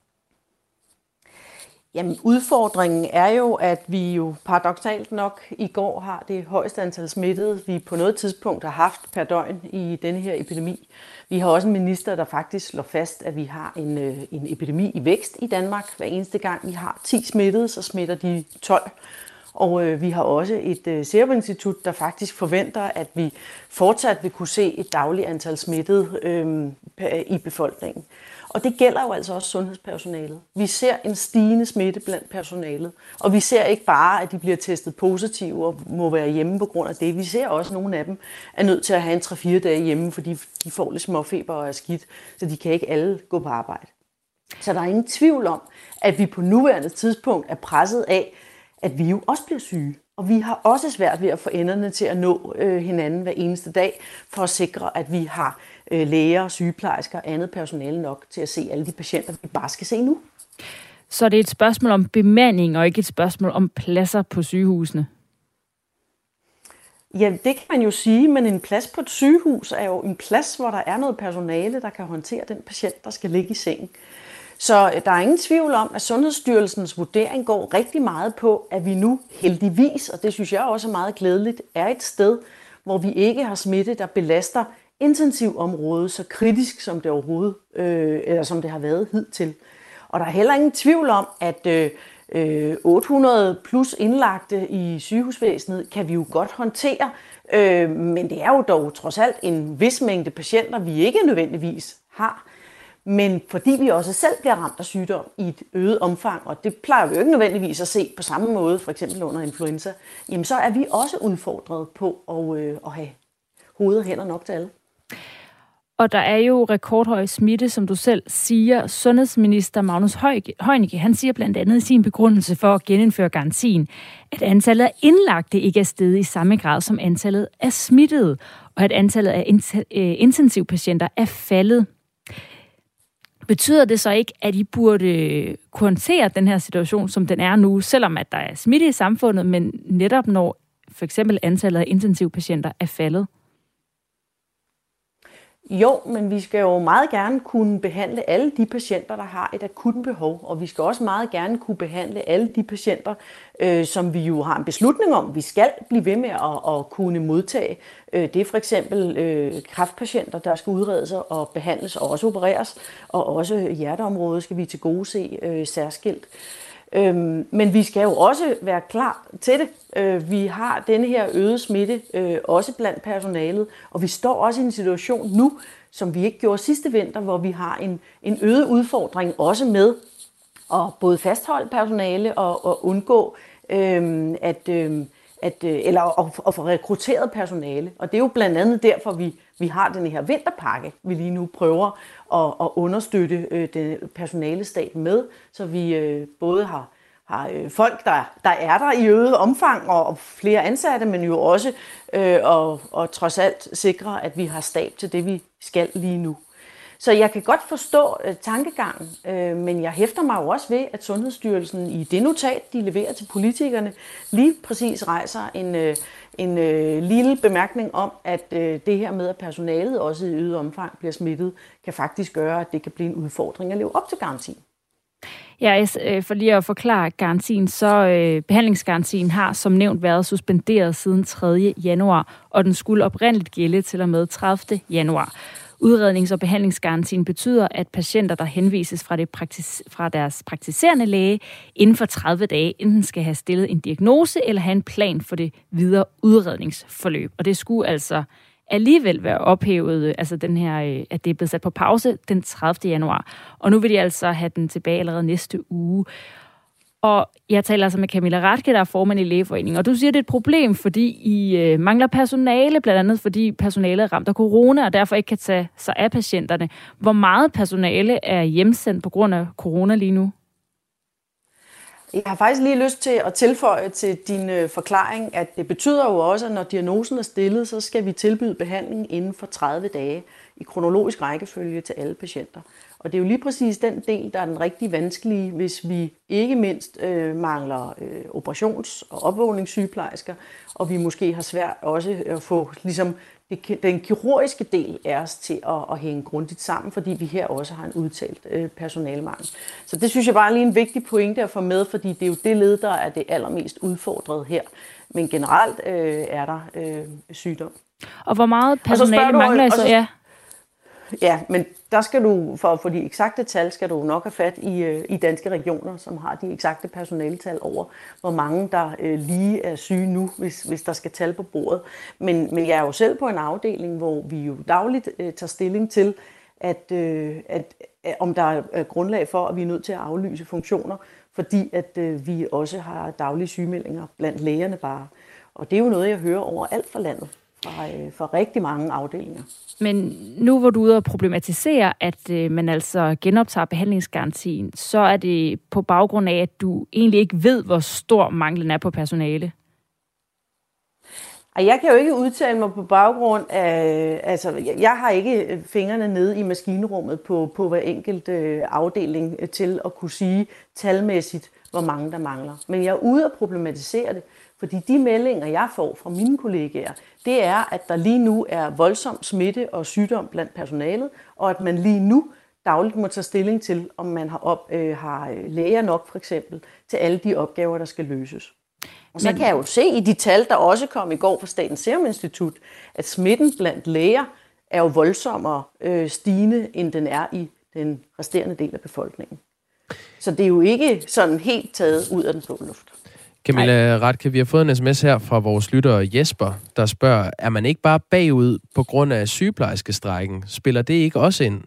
Jamen, udfordringen er jo, at vi jo paradoksalt nok i går har det højeste antal smittede, vi på noget tidspunkt har haft per døgn i denne her epidemi. Vi har også en minister, der faktisk slår fast, at vi har en epidemi i vækst i Danmark. Hver eneste gang vi har 10 smittede, så smitter de 12. Og vi har også et Serum Institut, der faktisk forventer, at vi fortsat vil kunne se et dagligt antal smittede i befolkningen. Og det gælder jo altså også sundhedspersonalet. Vi ser en stigende smitte blandt personalet, og vi ser ikke bare, at de bliver testet positive og må være hjemme på grund af det. Vi ser også, at nogle af dem er nødt til at have en 3-4 dage hjemme, fordi de får lidt småfeber og er skidt, så de kan ikke alle gå på arbejde. Så der er ingen tvivl om, at vi på nuværende tidspunkt er presset af, at vi jo også bliver syge. Og vi har også svært ved at få enderne til at nå hinanden hver eneste dag, for at sikre, at vi har læger, sygeplejersker og andet personale nok til at se alle de patienter, vi bare skal se nu. Så det er et spørgsmål om bemanding, og ikke et spørgsmål om pladser på sygehusene? Ja, det kan man jo sige, men en plads på et sygehus er jo en plads, hvor der er noget personale, der kan håndtere den patient, der skal ligge i sengen. Så der er ingen tvivl om, at Sundhedsstyrelsens vurdering går rigtig meget på, at vi nu heldigvis, og det synes jeg også er meget glædeligt, er et sted, hvor vi ikke har smitte, der belaster intensivområdet så kritisk, som det overhovedet, eller som det har været hidtil. Og der er heller ingen tvivl om, at 800 plus indlagte i sygehusvæsenet kan vi jo godt håndtere, men det er jo dog trods alt en vis mængde patienter, vi ikke nødvendigvis har. Men fordi vi også selv bliver ramt af sygdom i et øget omfang, og det plejer vi jo ikke nødvendigvis at se på samme måde, for eksempel under influenza, jamen så er vi også udfordret på at have hoved og hænder nok til alle. Og der er jo rekordhøj smitte, som du selv siger. Sundhedsminister Magnus Heunicke, han siger blandt andet i sin begrundelse for at genindføre garantien, at antallet af indlagte ikke er steget i samme grad som antallet af smittede, og at antallet af intensivpatienter er faldet. Betyder det så ikke, at I burde kunne håndtere den her situation, som den er nu, selvom at der er smitte i samfundet, men netop når for eksempel antallet af intensivpatienter er faldet? Jo, men vi skal jo meget gerne kunne behandle alle de patienter, der har et akut behov, og vi skal også meget gerne kunne behandle alle de patienter, som vi jo har en beslutning om, vi skal blive ved med at kunne modtage. Det er for eksempel kræftpatienter, der skal udredes og behandles og også opereres, og også hjerteområdet skal vi tilgodese særskilt. Men vi skal jo også være klar til det. Vi har denne her øgede smitte, også blandt personalet, og vi står også i en situation nu, som vi ikke gjorde sidste vinter, hvor vi har en øget udfordring også med at både fastholde personale og undgå at få rekrutteret personale. Og det er jo blandt andet derfor, vi har den her vinterpakke, vi lige nu prøver at understøtte den personalestab med, så vi både har folk, der er der i øget omfang og flere ansatte, men jo også og trods alt sikre, at vi har stab til det, vi skal lige nu. Så jeg kan godt forstå tankegangen, men jeg hæfter mig jo også ved, at Sundhedsstyrelsen i det notat, de leverer til politikerne, lige præcis rejser en lille bemærkning om, at det her med, at personalet også i øget omfang bliver smittet, kan faktisk gøre, at det kan blive en udfordring at leve op til garantien. Ja, for lige at forklare garantien, så behandlingsgarantien har som nævnt været suspenderet siden 3. januar, og den skulle oprindeligt gælde til og med 30. januar. Udrednings- og behandlingsgarantien betyder, at patienter, der henvises fra deres praktiserende læge inden for 30 dage, enten skal have stillet en diagnose eller have en plan for det videre udredningsforløb. Og det skulle altså alligevel være ophævet, altså den her, at det er blevet sat på pause den 30. januar. Og nu vil de altså have den tilbage allerede næste uge. Og jeg taler altså med Camilla Rathke, der er formand i Lægeforeningen, og du siger, det er et problem, fordi I mangler personale, blandt andet fordi personalet er ramt af corona, og derfor ikke kan tage sig af patienterne. Hvor meget personale er hjemsendt på grund af corona lige nu? Jeg har faktisk lige lyst til at tilføje til din forklaring, at det betyder jo også, at når diagnosen er stillet, så skal vi tilbyde behandling inden for 30 dage i kronologisk rækkefølge til alle patienter. Og det er jo lige præcis den del, der er den rigtig vanskelige, hvis vi ikke mindst mangler operations- og opvågningssygeplejersker, og vi måske har svært også at få ligesom, den kirurgiske del af os til at hænge grundigt sammen, fordi vi her også har en udtalt personalemangel. Så det synes jeg bare er lige en vigtig pointe at få med, fordi det er jo det led, der er det allermest udfordret her. Men generelt er der sygdom. Og hvor meget personale mangler I så? Ja. Ja, men der skal du, for at få de eksakte tal, skal du nok have fat i Danske Regioner, som har de eksakte personaletal over, hvor mange der lige er syge nu, hvis der skal tal på bordet. Men jeg er jo selv på en afdeling, hvor vi jo dagligt tager stilling til, at om der er grundlag for, at vi er nødt til at aflyse funktioner, fordi at vi også har daglige sygemeldinger blandt lægerne bare. Og det er jo noget, jeg hører over alt for landet. For rigtig mange afdelinger. Men nu hvor du er ude og problematisere, at man altså genoptager behandlingsgarantien, så er det på baggrund af, at du egentlig ikke ved, hvor stor manglen er på personale. Jeg kan jo ikke udtale mig på baggrund af, altså jeg har ikke fingrene nede i maskinrummet på hver enkelt afdeling til at kunne sige talmæssigt, hvor mange der mangler. Men jeg er ude og problematisere det, fordi de meldinger, jeg får fra mine kollegaer, det er, at der lige nu er voldsom smitte og sygdom blandt personalet, og at man lige nu dagligt må tage stilling til, om man har læger nok for eksempel til alle de opgaver, der skal løses. Og så kan jeg jo se i de tal, der også kom i går fra Statens Serum Institut, at smitten blandt læger er jo voldsommere stigende, end den er i den resterende del af befolkningen. Så det er jo ikke sådan helt taget ud af den blå luft. Camilla Rathke, vi har fået en sms her fra vores lytter Jesper, der spørger, er man ikke bare bagud på grund af sygeplejerskestrækken? Spiller det ikke også ind?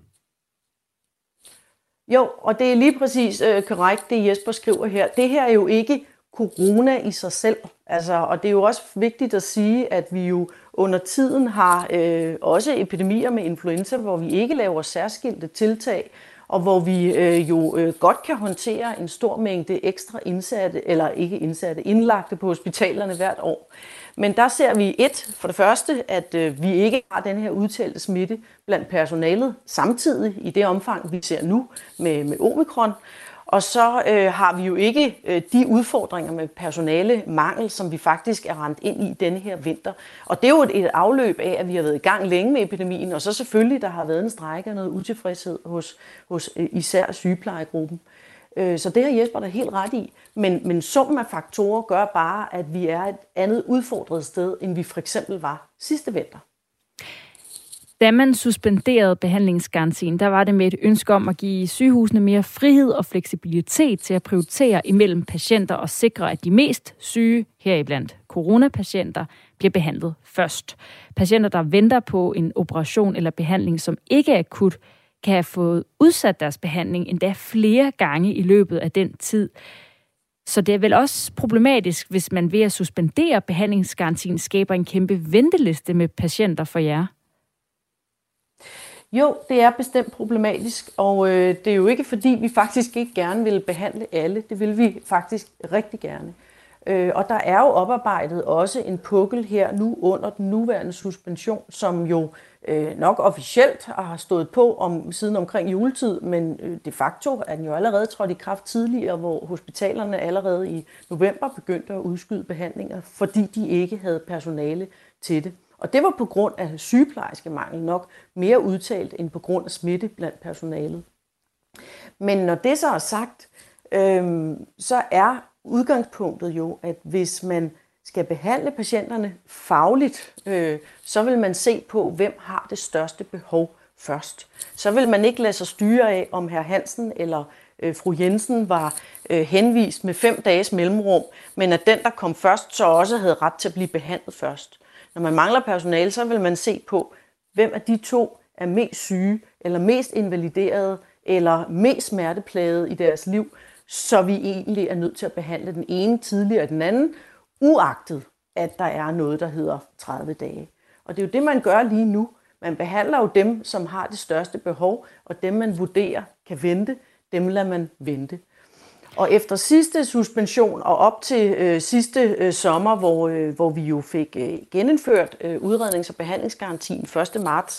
Jo, og det er lige præcis korrekt, det Jesper skriver her. Det her er jo ikke corona i sig selv. Og det er jo også vigtigt at sige, at vi jo under tiden har også epidemier med influenza, hvor vi ikke laver særskilte tiltag. og hvor vi godt kan håndtere en stor mængde ekstra indsatte, eller ikke indsatte, indlagte på hospitalerne hvert år. Men der ser vi for det første, at vi ikke har den her udtalte smitte blandt personalet samtidig i det omfang, vi ser nu med omikron. Og så har vi jo ikke de udfordringer med personalemangel, som vi faktisk er rendt ind i denne her vinter. Og det er jo et afløb af, at vi har været i gang længe med epidemien, og så selvfølgelig, der har været en strejke og noget utilfredshed hos især sygeplejegruppen. Så det har Jesper da helt ret i. Men summen af faktorer gør bare, at vi er et andet udfordret sted, end vi for eksempel var sidste vinter. Da man suspenderede behandlingsgarantien, der var det med et ønske om at give sygehusene mere frihed og fleksibilitet til at prioritere imellem patienter og sikre, at de mest syge, heriblandt coronapatienter, bliver behandlet først. Patienter, der venter på en operation eller behandling, som ikke er akut, kan have fået udsat deres behandling endda flere gange i løbet af den tid. Så det er vel også problematisk, hvis man ved at suspendere behandlingsgarantien skaber en kæmpe venteliste med patienter for jer. Jo, det er bestemt problematisk, og det er jo ikke fordi, vi faktisk ikke gerne vil behandle alle. Det vil vi faktisk rigtig gerne. Og der er jo oparbejdet også en pukkel her nu under den nuværende suspension, som jo nok officielt har stået på siden omkring juletid, men de facto er den jo allerede trådt i kraft tidligere, hvor hospitalerne allerede i november begyndte at udskyde behandlinger, fordi de ikke havde personale til det. Og det var på grund af sygeplejerskemangel nok mere udtalt end på grund af smitte blandt personalet. Men når det så er sagt, så er udgangspunktet jo, at hvis man skal behandle patienterne fagligt, så vil man se på, hvem har det største behov først. Så vil man ikke lade sig styre af, om hr. Hansen eller fru Jensen var henvist med 5 dages mellemrum, men at den, der kom først, så også havde ret til at blive behandlet først. Når man mangler personale, så vil man se på, hvem af de to er mest syge, eller mest invaliderede, eller mest smerteplagede i deres liv, så vi egentlig er nødt til at behandle den ene tidligere end den anden, uagtet at der er noget, der hedder 30 dage. Og det er jo det, man gør lige nu. Man behandler jo dem, som har det største behov, og dem, man vurderer kan vente, dem lader man vente. Og efter sidste suspension og op til sidste sommer, hvor vi jo fik genindført udrednings- og behandlingsgarantien 1. marts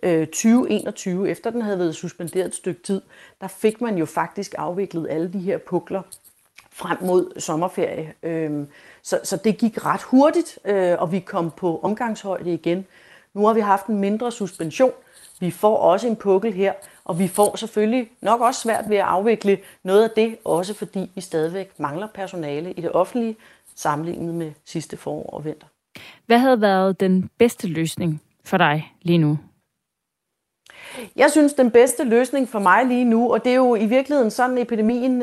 2021, efter den havde været suspenderet et stykke tid, der fik man jo faktisk afviklet alle de her pukler frem mod sommerferie. Så det gik ret hurtigt, og vi kom på omgangshøjde igen. Nu har vi haft en mindre suspension. Vi får også en pukkel her, og vi får selvfølgelig nok også svært ved at afvikle noget af det, også fordi vi stadigvæk mangler personale i det offentlige, sammenlignet med sidste forår og vinter. Hvad havde været den bedste løsning for dig lige nu? Jeg synes, den bedste løsning for mig lige nu, og det er jo i virkeligheden sådan, epidemien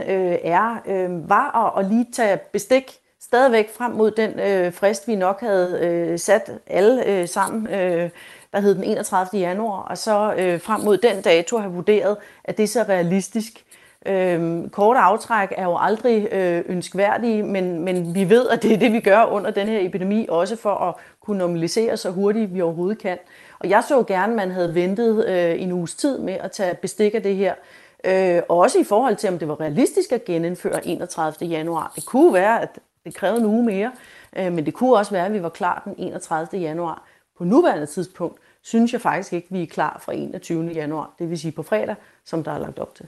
var at lige tage bestik stadigvæk frem mod den frist, vi nok havde sat alle sammen, der hed den 31. januar, og så frem mod den dato have vurderet, at det er så realistisk. Korte aftræk er jo aldrig ønskværdige, men vi ved, at det er det, vi gør under den her epidemi, også for at kunne normalisere så hurtigt, vi overhovedet kan. Og jeg så gerne, at man havde ventet en uges tid med at tage bestik af det her. Også i forhold til, om det var realistisk at genindføre 31. januar. Det kunne være, at det krævede en uge mere, men det kunne også være, at vi var klar den 31. januar. På nuværende tidspunkt synes jeg faktisk ikke, at vi er klar fra 21. januar, det vil sige på fredag, som der er lagt op til.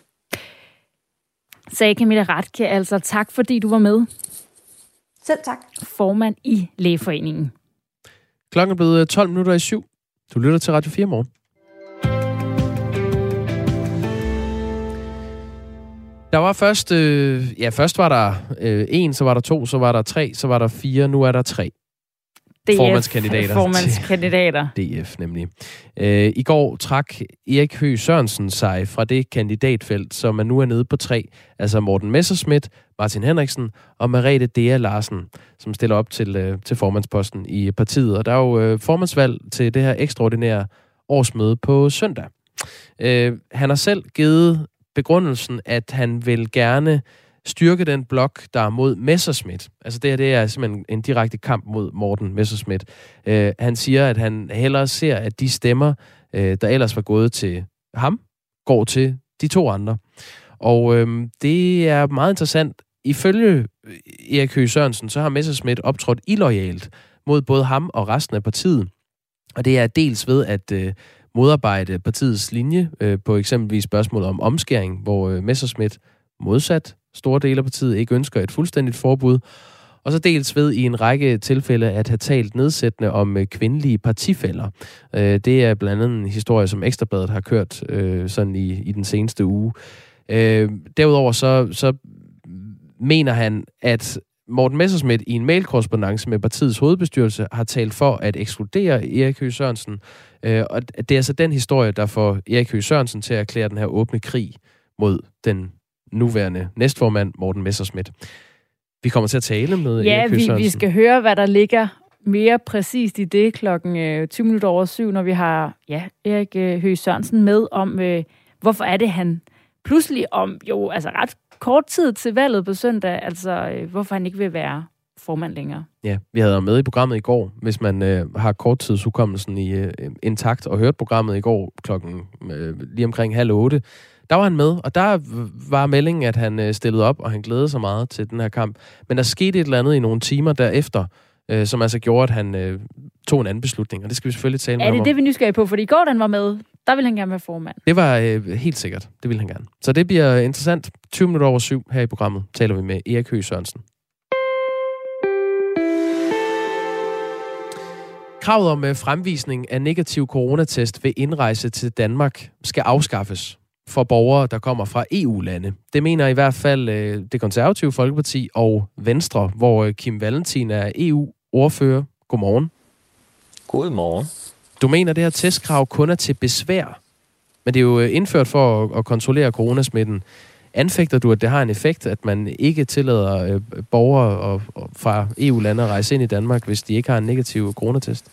Sagde Camilla Rathke, altså tak fordi du var med. Selv tak. Formand i Lægeforeningen. Klokken er blevet 7:12. Du lytter til Radio 4 morgen. Der var først var der 1, så var der 2, så var der 3, så var der 4, nu er der 3. Formandskandidater. DF nemlig. I går trak Erik Høegh Sørensen sig fra det kandidatfelt, som man nu er nede på 3. Altså Morten Messerschmidt, Martin Henriksen og Merete Dea Larsen, som stiller op til formandsposten i partiet. Og der er jo formandsvalg til det her ekstraordinære årsmøde på søndag. Han har selv givet begrundelsen, at han vil gerne styrke den blok, der er mod Messerschmidt. Altså det er simpelthen en direkte kamp mod Morten Messerschmidt. Han siger, at han hellere ser, at de stemmer, der ellers var gået til ham, går til de 2 andre. Og det er meget interessant. Ifølge Erik Høegh Sørensen, så har Messerschmidt optrådt illoyalt mod både ham og resten af partiet. Og det er dels ved at modarbejde partiets linje på eksempelvis spørgsmålet om omskæring, hvor Messerschmidt modsat store dele af partiet ikke ønsker et fuldstændigt forbud. Og så dels ved i en række tilfælde at have talt nedsættende om kvindelige partifæller. Det er blandt andet en historie, som Ekstra Bladet har kørt sådan i den seneste uge. Derudover så mener han, at Morten Messerschmidt i en mailkorrespondance med partiets hovedbestyrelse har talt for at ekskludere Erik Høegh Sørensen. Og det er altså den historie, der får Erik Høegh Sørensen til at erklære den her åbne krig mod den nuværende næstformand Morten Messerschmidt. Vi kommer til at tale med Erik Høegh Sørensen. Ja, vi skal høre, hvad der ligger mere præcist i det 7:20, når vi har Erik Høegh Sørensen med om, hvorfor er det, han pludselig om ret kort tid til valget på søndag, hvorfor han ikke vil være formand længere. Ja, vi havde med i programmet i går, hvis man har korttidshukommelsen intakt, og hørte programmet i går lige omkring 7:30. Der var han med, og der var meldingen, at han stillede op, og han glædede sig meget til den her kamp. Men der skete et eller andet i nogle timer derefter, som altså gjorde, at han tog en anden beslutning, og det skal vi selvfølgelig tale med ham om. Er det det, vi nysgerrige på? Fordi i går, den var med, der ville han gerne være formand. Det var helt sikkert. Det ville han gerne. Så det bliver interessant. 7:20 her i programmet taler vi med Erik Høegh Sørensen. Kravet om fremvisning af negativ coronatest ved indrejse til Danmark skal afskaffes for borgere, der kommer fra EU-lande. Det mener i hvert fald Det Konservative Folkeparti og Venstre, hvor Kim Valentin er EU-ordfører. Godmorgen. Godmorgen. Du mener, at det her testkrav kun er til besvær, men det er jo indført for at kontrollere coronasmitten. Anfægter du, at det har en effekt, at man ikke tillader borgere fra EU-lande at rejse ind i Danmark, hvis de ikke har en negativ coronatest?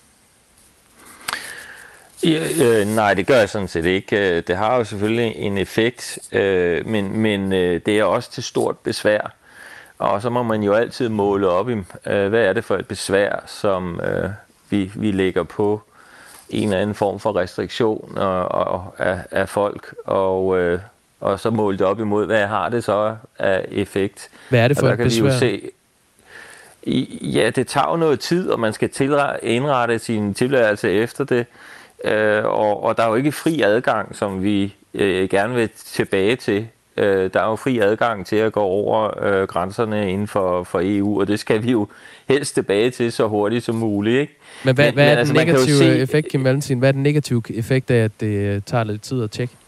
Nej, det gør jeg sådan set ikke. Det har jo selvfølgelig en effekt, men det er også til stort besvær. Og så må man jo altid måle op i, hvad er det for et besvær, som vi lægger på en eller anden form for restriktion af folk, og så måle det op imod, hvad har det så af effekt. Hvad er det for et besvær? Ja, det tager jo noget tid, og man skal indrette sin tilværelse efter det. Og der er jo ikke fri adgang, som vi gerne vil tilbage til. Der er jo fri adgang til at gå over grænserne inden for EU, og det skal vi jo helst tilbage til så hurtigt som muligt. Ikke? Men hvad er den negative effekt, Kim Valentin? Hvad er den negative effekt af, at det tager lidt tid at tjekke?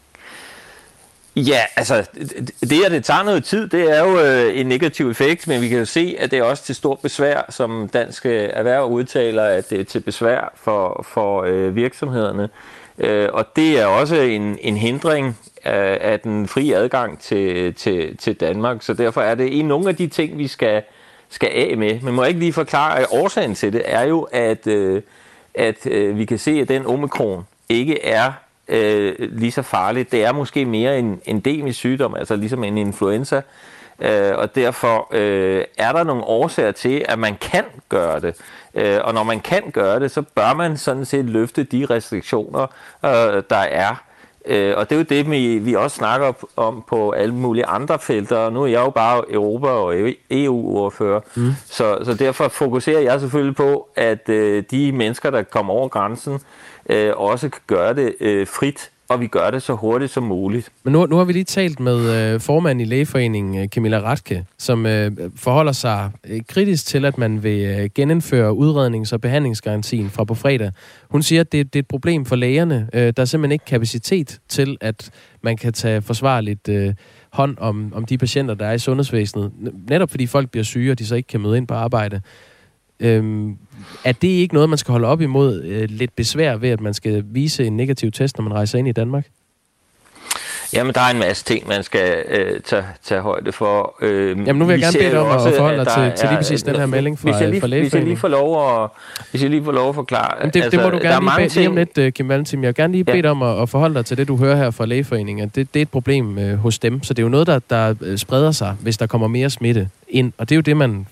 Ja, altså, det tager noget tid, det er jo en negativ effekt, men vi kan jo se, at det er også til stort besvær, som Dansk Erhverv udtaler, at det er til besvær for virksomhederne. Og det er også en hindring af den frie adgang til Danmark, så derfor er det nogle af de ting, vi skal af med. Men må jeg ikke lige forklare, at årsagen til det er jo, at vi kan se, at den omikron ikke er lige så farligt. Det er måske mere en endemisk sygdom, altså ligesom en influenza, og derfor er der nogle årsager til, at man kan gøre det. Og når man kan gøre det, så bør man sådan set løfte de restriktioner, der er. Og det er jo det, vi også snakker om på alle mulige andre felter. Nu er jeg jo bare Europa- og EU-ordfører, så derfor fokuserer jeg selvfølgelig på, at de mennesker, der kommer over grænsen, også kan gøre det frit, og vi gør det så hurtigt som muligt. Men nu har vi lige talt med formanden i Lægeforeningen, Camilla Rathke, som forholder sig kritisk til, at man vil genindføre udrednings- og behandlingsgarantien fra på fredag. Hun siger, at det er et problem for lægerne. Der er simpelthen ikke kapacitet til, at man kan tage forsvarligt hånd om de patienter, der er i sundhedsvæsenet. Netop fordi folk bliver syge, og de så ikke kan møde ind på arbejde. Er det ikke noget, man skal holde op imod lidt besvær ved, at man skal vise en negativ test, når man rejser ind i Danmark? Jamen, der er en masse ting, man skal tage højde for. Jamen, nu vil jeg gerne bede dig om at forholde dig til lige præcis den her melding fra Lægeforeningen. Hvis jeg lige får lov at forklare. Jamen, det må du gerne lige om lidt, Kim Valentin. Jeg vil gerne lige bede dig om at forholde dig til det, du hører her fra Lægeforeningen. Det er et problem hos dem, så det er jo noget, der spreder sig, hvis der kommer mere smitte ind. Og det er jo det, man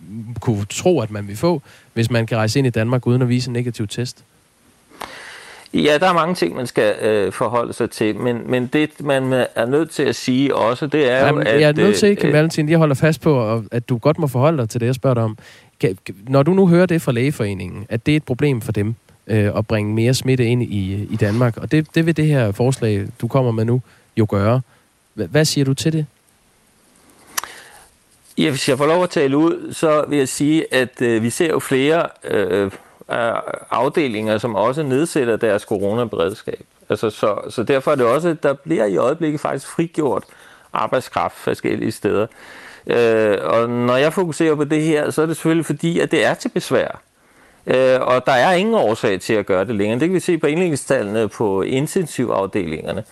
kunne tro, at man vil få, hvis man kan rejse ind i Danmark uden at vise en negativ test. Ja, der er mange ting, man skal forholde sig til, men det, man er nødt til at sige også, det er jo, at... Jeg er nødt til, Kim Valentin, jeg holder fast på, at du godt må forholde dig til det, jeg spørger dig om. Når du nu hører det fra Lægeforeningen, at det er et problem for dem at bringe mere smitte ind i Danmark, og det vil det her forslag, du kommer med nu, jo gøre. Hvad siger du til det? Ja, hvis jeg får lov at tale ud, så vil jeg sige, at vi ser jo flere afdelinger, som også nedsætter deres coronaberedskab. Altså, så derfor er det også, der bliver i øjeblikket faktisk frigjort arbejdskraft forskellige steder. Og når jeg fokuserer på det her, så er det selvfølgelig fordi, at det er til besvær. Og der er ingen årsag til at gøre det længere. Det kan vi se på indlæggelsestallene på intensivafdelingerne.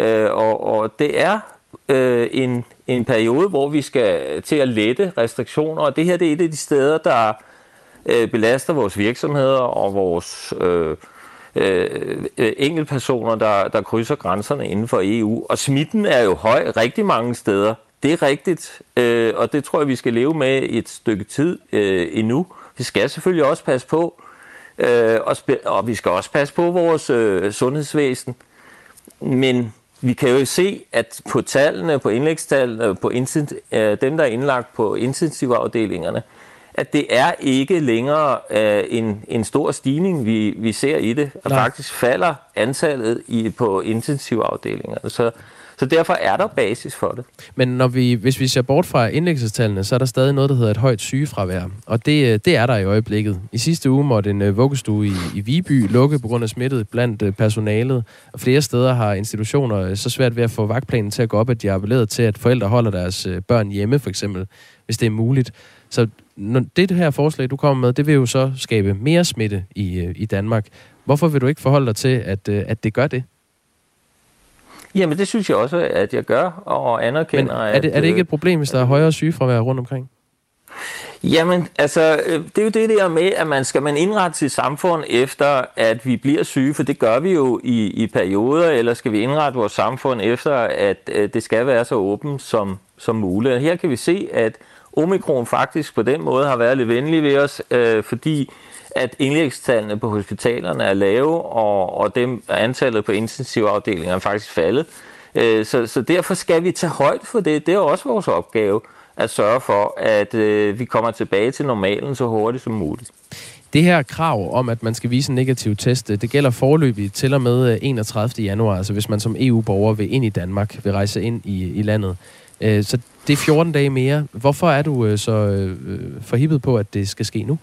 Og det er en periode, hvor vi skal til at lette restriktioner, og det her det er et af de steder, der belaster vores virksomheder og vores enkeltpersoner, der krydser grænserne inden for EU. Og smitten er jo høj rigtig mange steder. Det er rigtigt, og det tror jeg, vi skal leve med et stykke tid endnu. Vi skal selvfølgelig også passe på, og vi skal også passe på vores sundhedsvæsen. Men vi kan jo se, at på tallene, på indlægstallene, på dem, der er indlagt på intensivafdelingerne, at det er ikke længere en stor stigning, vi ser i det. Og faktisk falder antallet på intensivafdelingerne. Så derfor er der basis for det. Men hvis vi ser bort fra indlæggelsestallene, så er der stadig noget, der hedder et højt sygefravær. Og det er der i øjeblikket. I sidste uge måtte en vuggestue i Viby lukke på grund af smittet blandt personalet. Og flere steder har institutioner så svært ved at få vagtplanen til at gå op, at de har appelleret til, at forældre holder deres børn hjemme, for eksempel, hvis det er muligt. Så det her forslag, du kommer med, det vil jo så skabe mere smitte i Danmark. Hvorfor vil du ikke forholde dig til, at det gør det? Jamen, det synes jeg også, at jeg gør og anerkender. Men er det ikke et problem, hvis der er højere sygefravær rundt omkring? Jamen, altså, det er jo det der med, at man skal indrette sit samfund efter, at vi bliver syge, for det gør vi jo i perioder, eller skal vi indrette vores samfund efter, at det skal være så åbent som muligt. Og her kan vi se, at omikron faktisk på den måde har været lidt venlig ved os, fordi at indlæggelsestallene på hospitalerne er lave, og antallet på intensivafdelinger er faktisk faldet. Så derfor skal vi tage højde for det. Det er også vores opgave at sørge for, at vi kommer tilbage til normalen så hurtigt som muligt. Det her krav om, at man skal vise en negativ test, det gælder foreløbigt til og med 31. januar, altså hvis man som EU-borger vil ind i Danmark, vil rejse ind i landet. Så det er 14 dage mere. Hvorfor er du så forhippet på, at det skal ske nu?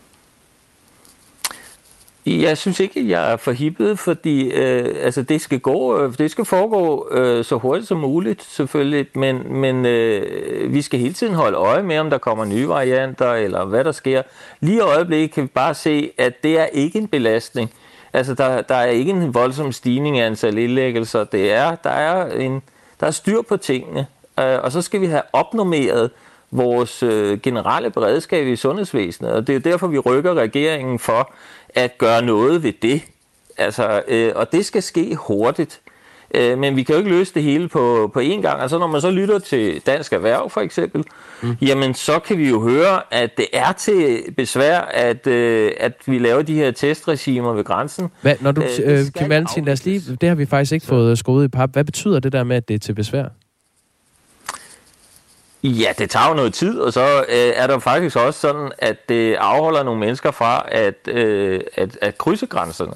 Jeg synes ikke, at jeg er forhippet, fordi det skal foregå så hurtigt som muligt, selvfølgelig, men vi skal hele tiden holde øje med, om der kommer nye varianter, eller hvad der sker. Lige i øjeblikket kan vi bare se, at det er ikke en belastning. Altså, der er ikke en voldsom stigning af antal indlæggelser. Der er styr på tingene, og så skal vi have opnormeret vores generelle beredskab i sundhedsvæsenet, og det er derfor, vi rykker regeringen for at gøre noget ved det. Altså, og det skal ske hurtigt. Men vi kan jo ikke løse det hele på én gang. Altså, når man så lytter til Dansk Erhverv, for eksempel, jamen, så kan vi jo høre, at det er til besvær, at vi laver de her testregimer ved grænsen. Når du, Kim Valentin, lad os lige, det har vi faktisk ikke fået skåret i pap. Hvad betyder det der med, at det er til besvær? Ja, det tager jo noget tid, og så er der faktisk også sådan, at det afholder nogle mennesker fra at krydse grænserne.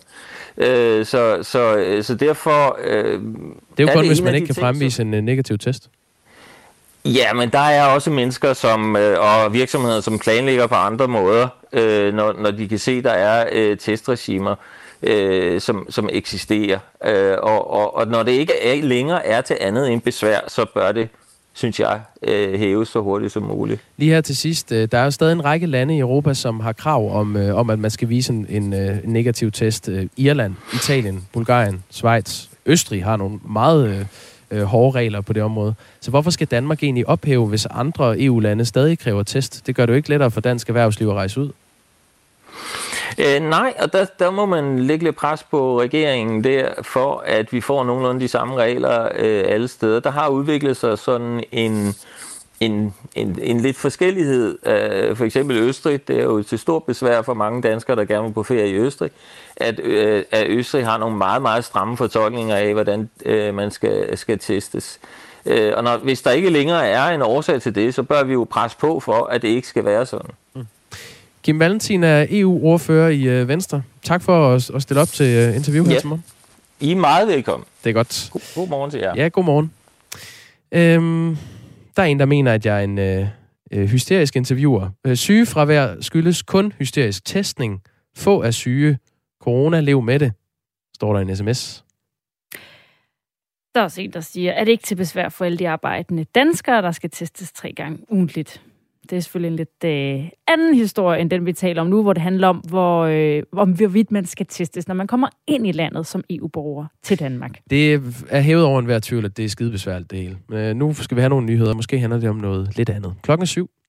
Så derfor... det er jo kun, hvis man ikke kan fremvise en negativ test. Ja, men der er også mennesker og virksomheder, som planlægger på andre måder, når de kan se, at der er testregimer, som eksisterer. Og når det ikke længere er til andet end besvær, så bør det, synes jeg, hæves så hurtigt som muligt. Lige her til sidst, der er jo stadig en række lande i Europa, som har krav om at man skal vise en negativ test. Irland, Italien, Bulgarien, Schweiz, Østrig har nogle meget hårde regler på det område. Så hvorfor skal Danmark egentlig ophæve, hvis andre EU-lande stadig kræver test? Det gør det jo ikke lettere for dansk erhvervsliv at rejse ud. Nej, og der må man lægge lidt pres på regeringen der, for at vi får nogenlunde de samme regler alle steder. Der har udviklet sig sådan en lidt forskellighed. For eksempel Østrig, det er jo til stor besvær for mange danskere, der gerne vil på ferie i Østrig, at Østrig har nogle meget, meget stramme fortolkninger af, hvordan man skal testes. Og hvis der ikke længere er en årsag til det, så bør vi jo presse på for, at det ikke skal være sådan. Kim Valentin er EU-ordfører i Venstre. Tak for at stille op til interview her til morgen. I er meget velkommen. Det er godt. God morgen til jer. Ja, god morgen. Der er en, der mener, at jeg er en hysterisk interviewer. Sygefravær skyldes kun hysterisk testning. Få er syge. Corona, lev med det, står der i en sms. Der er også en, der siger, at det ikke til besvær for alle de arbejdende danskere, der skal testes 3 gange ugentligt. Det er selvfølgelig en lidt anden historie, end den vi taler om nu, hvor det handler om, hvorvidt man skal testes, når man kommer ind i landet som EU-borger til Danmark. Det er hævet over enhver tvivl, at det er skidebesværligt det hele. Men nu skal vi have nogle nyheder. Måske handler det om noget lidt andet. 7:00.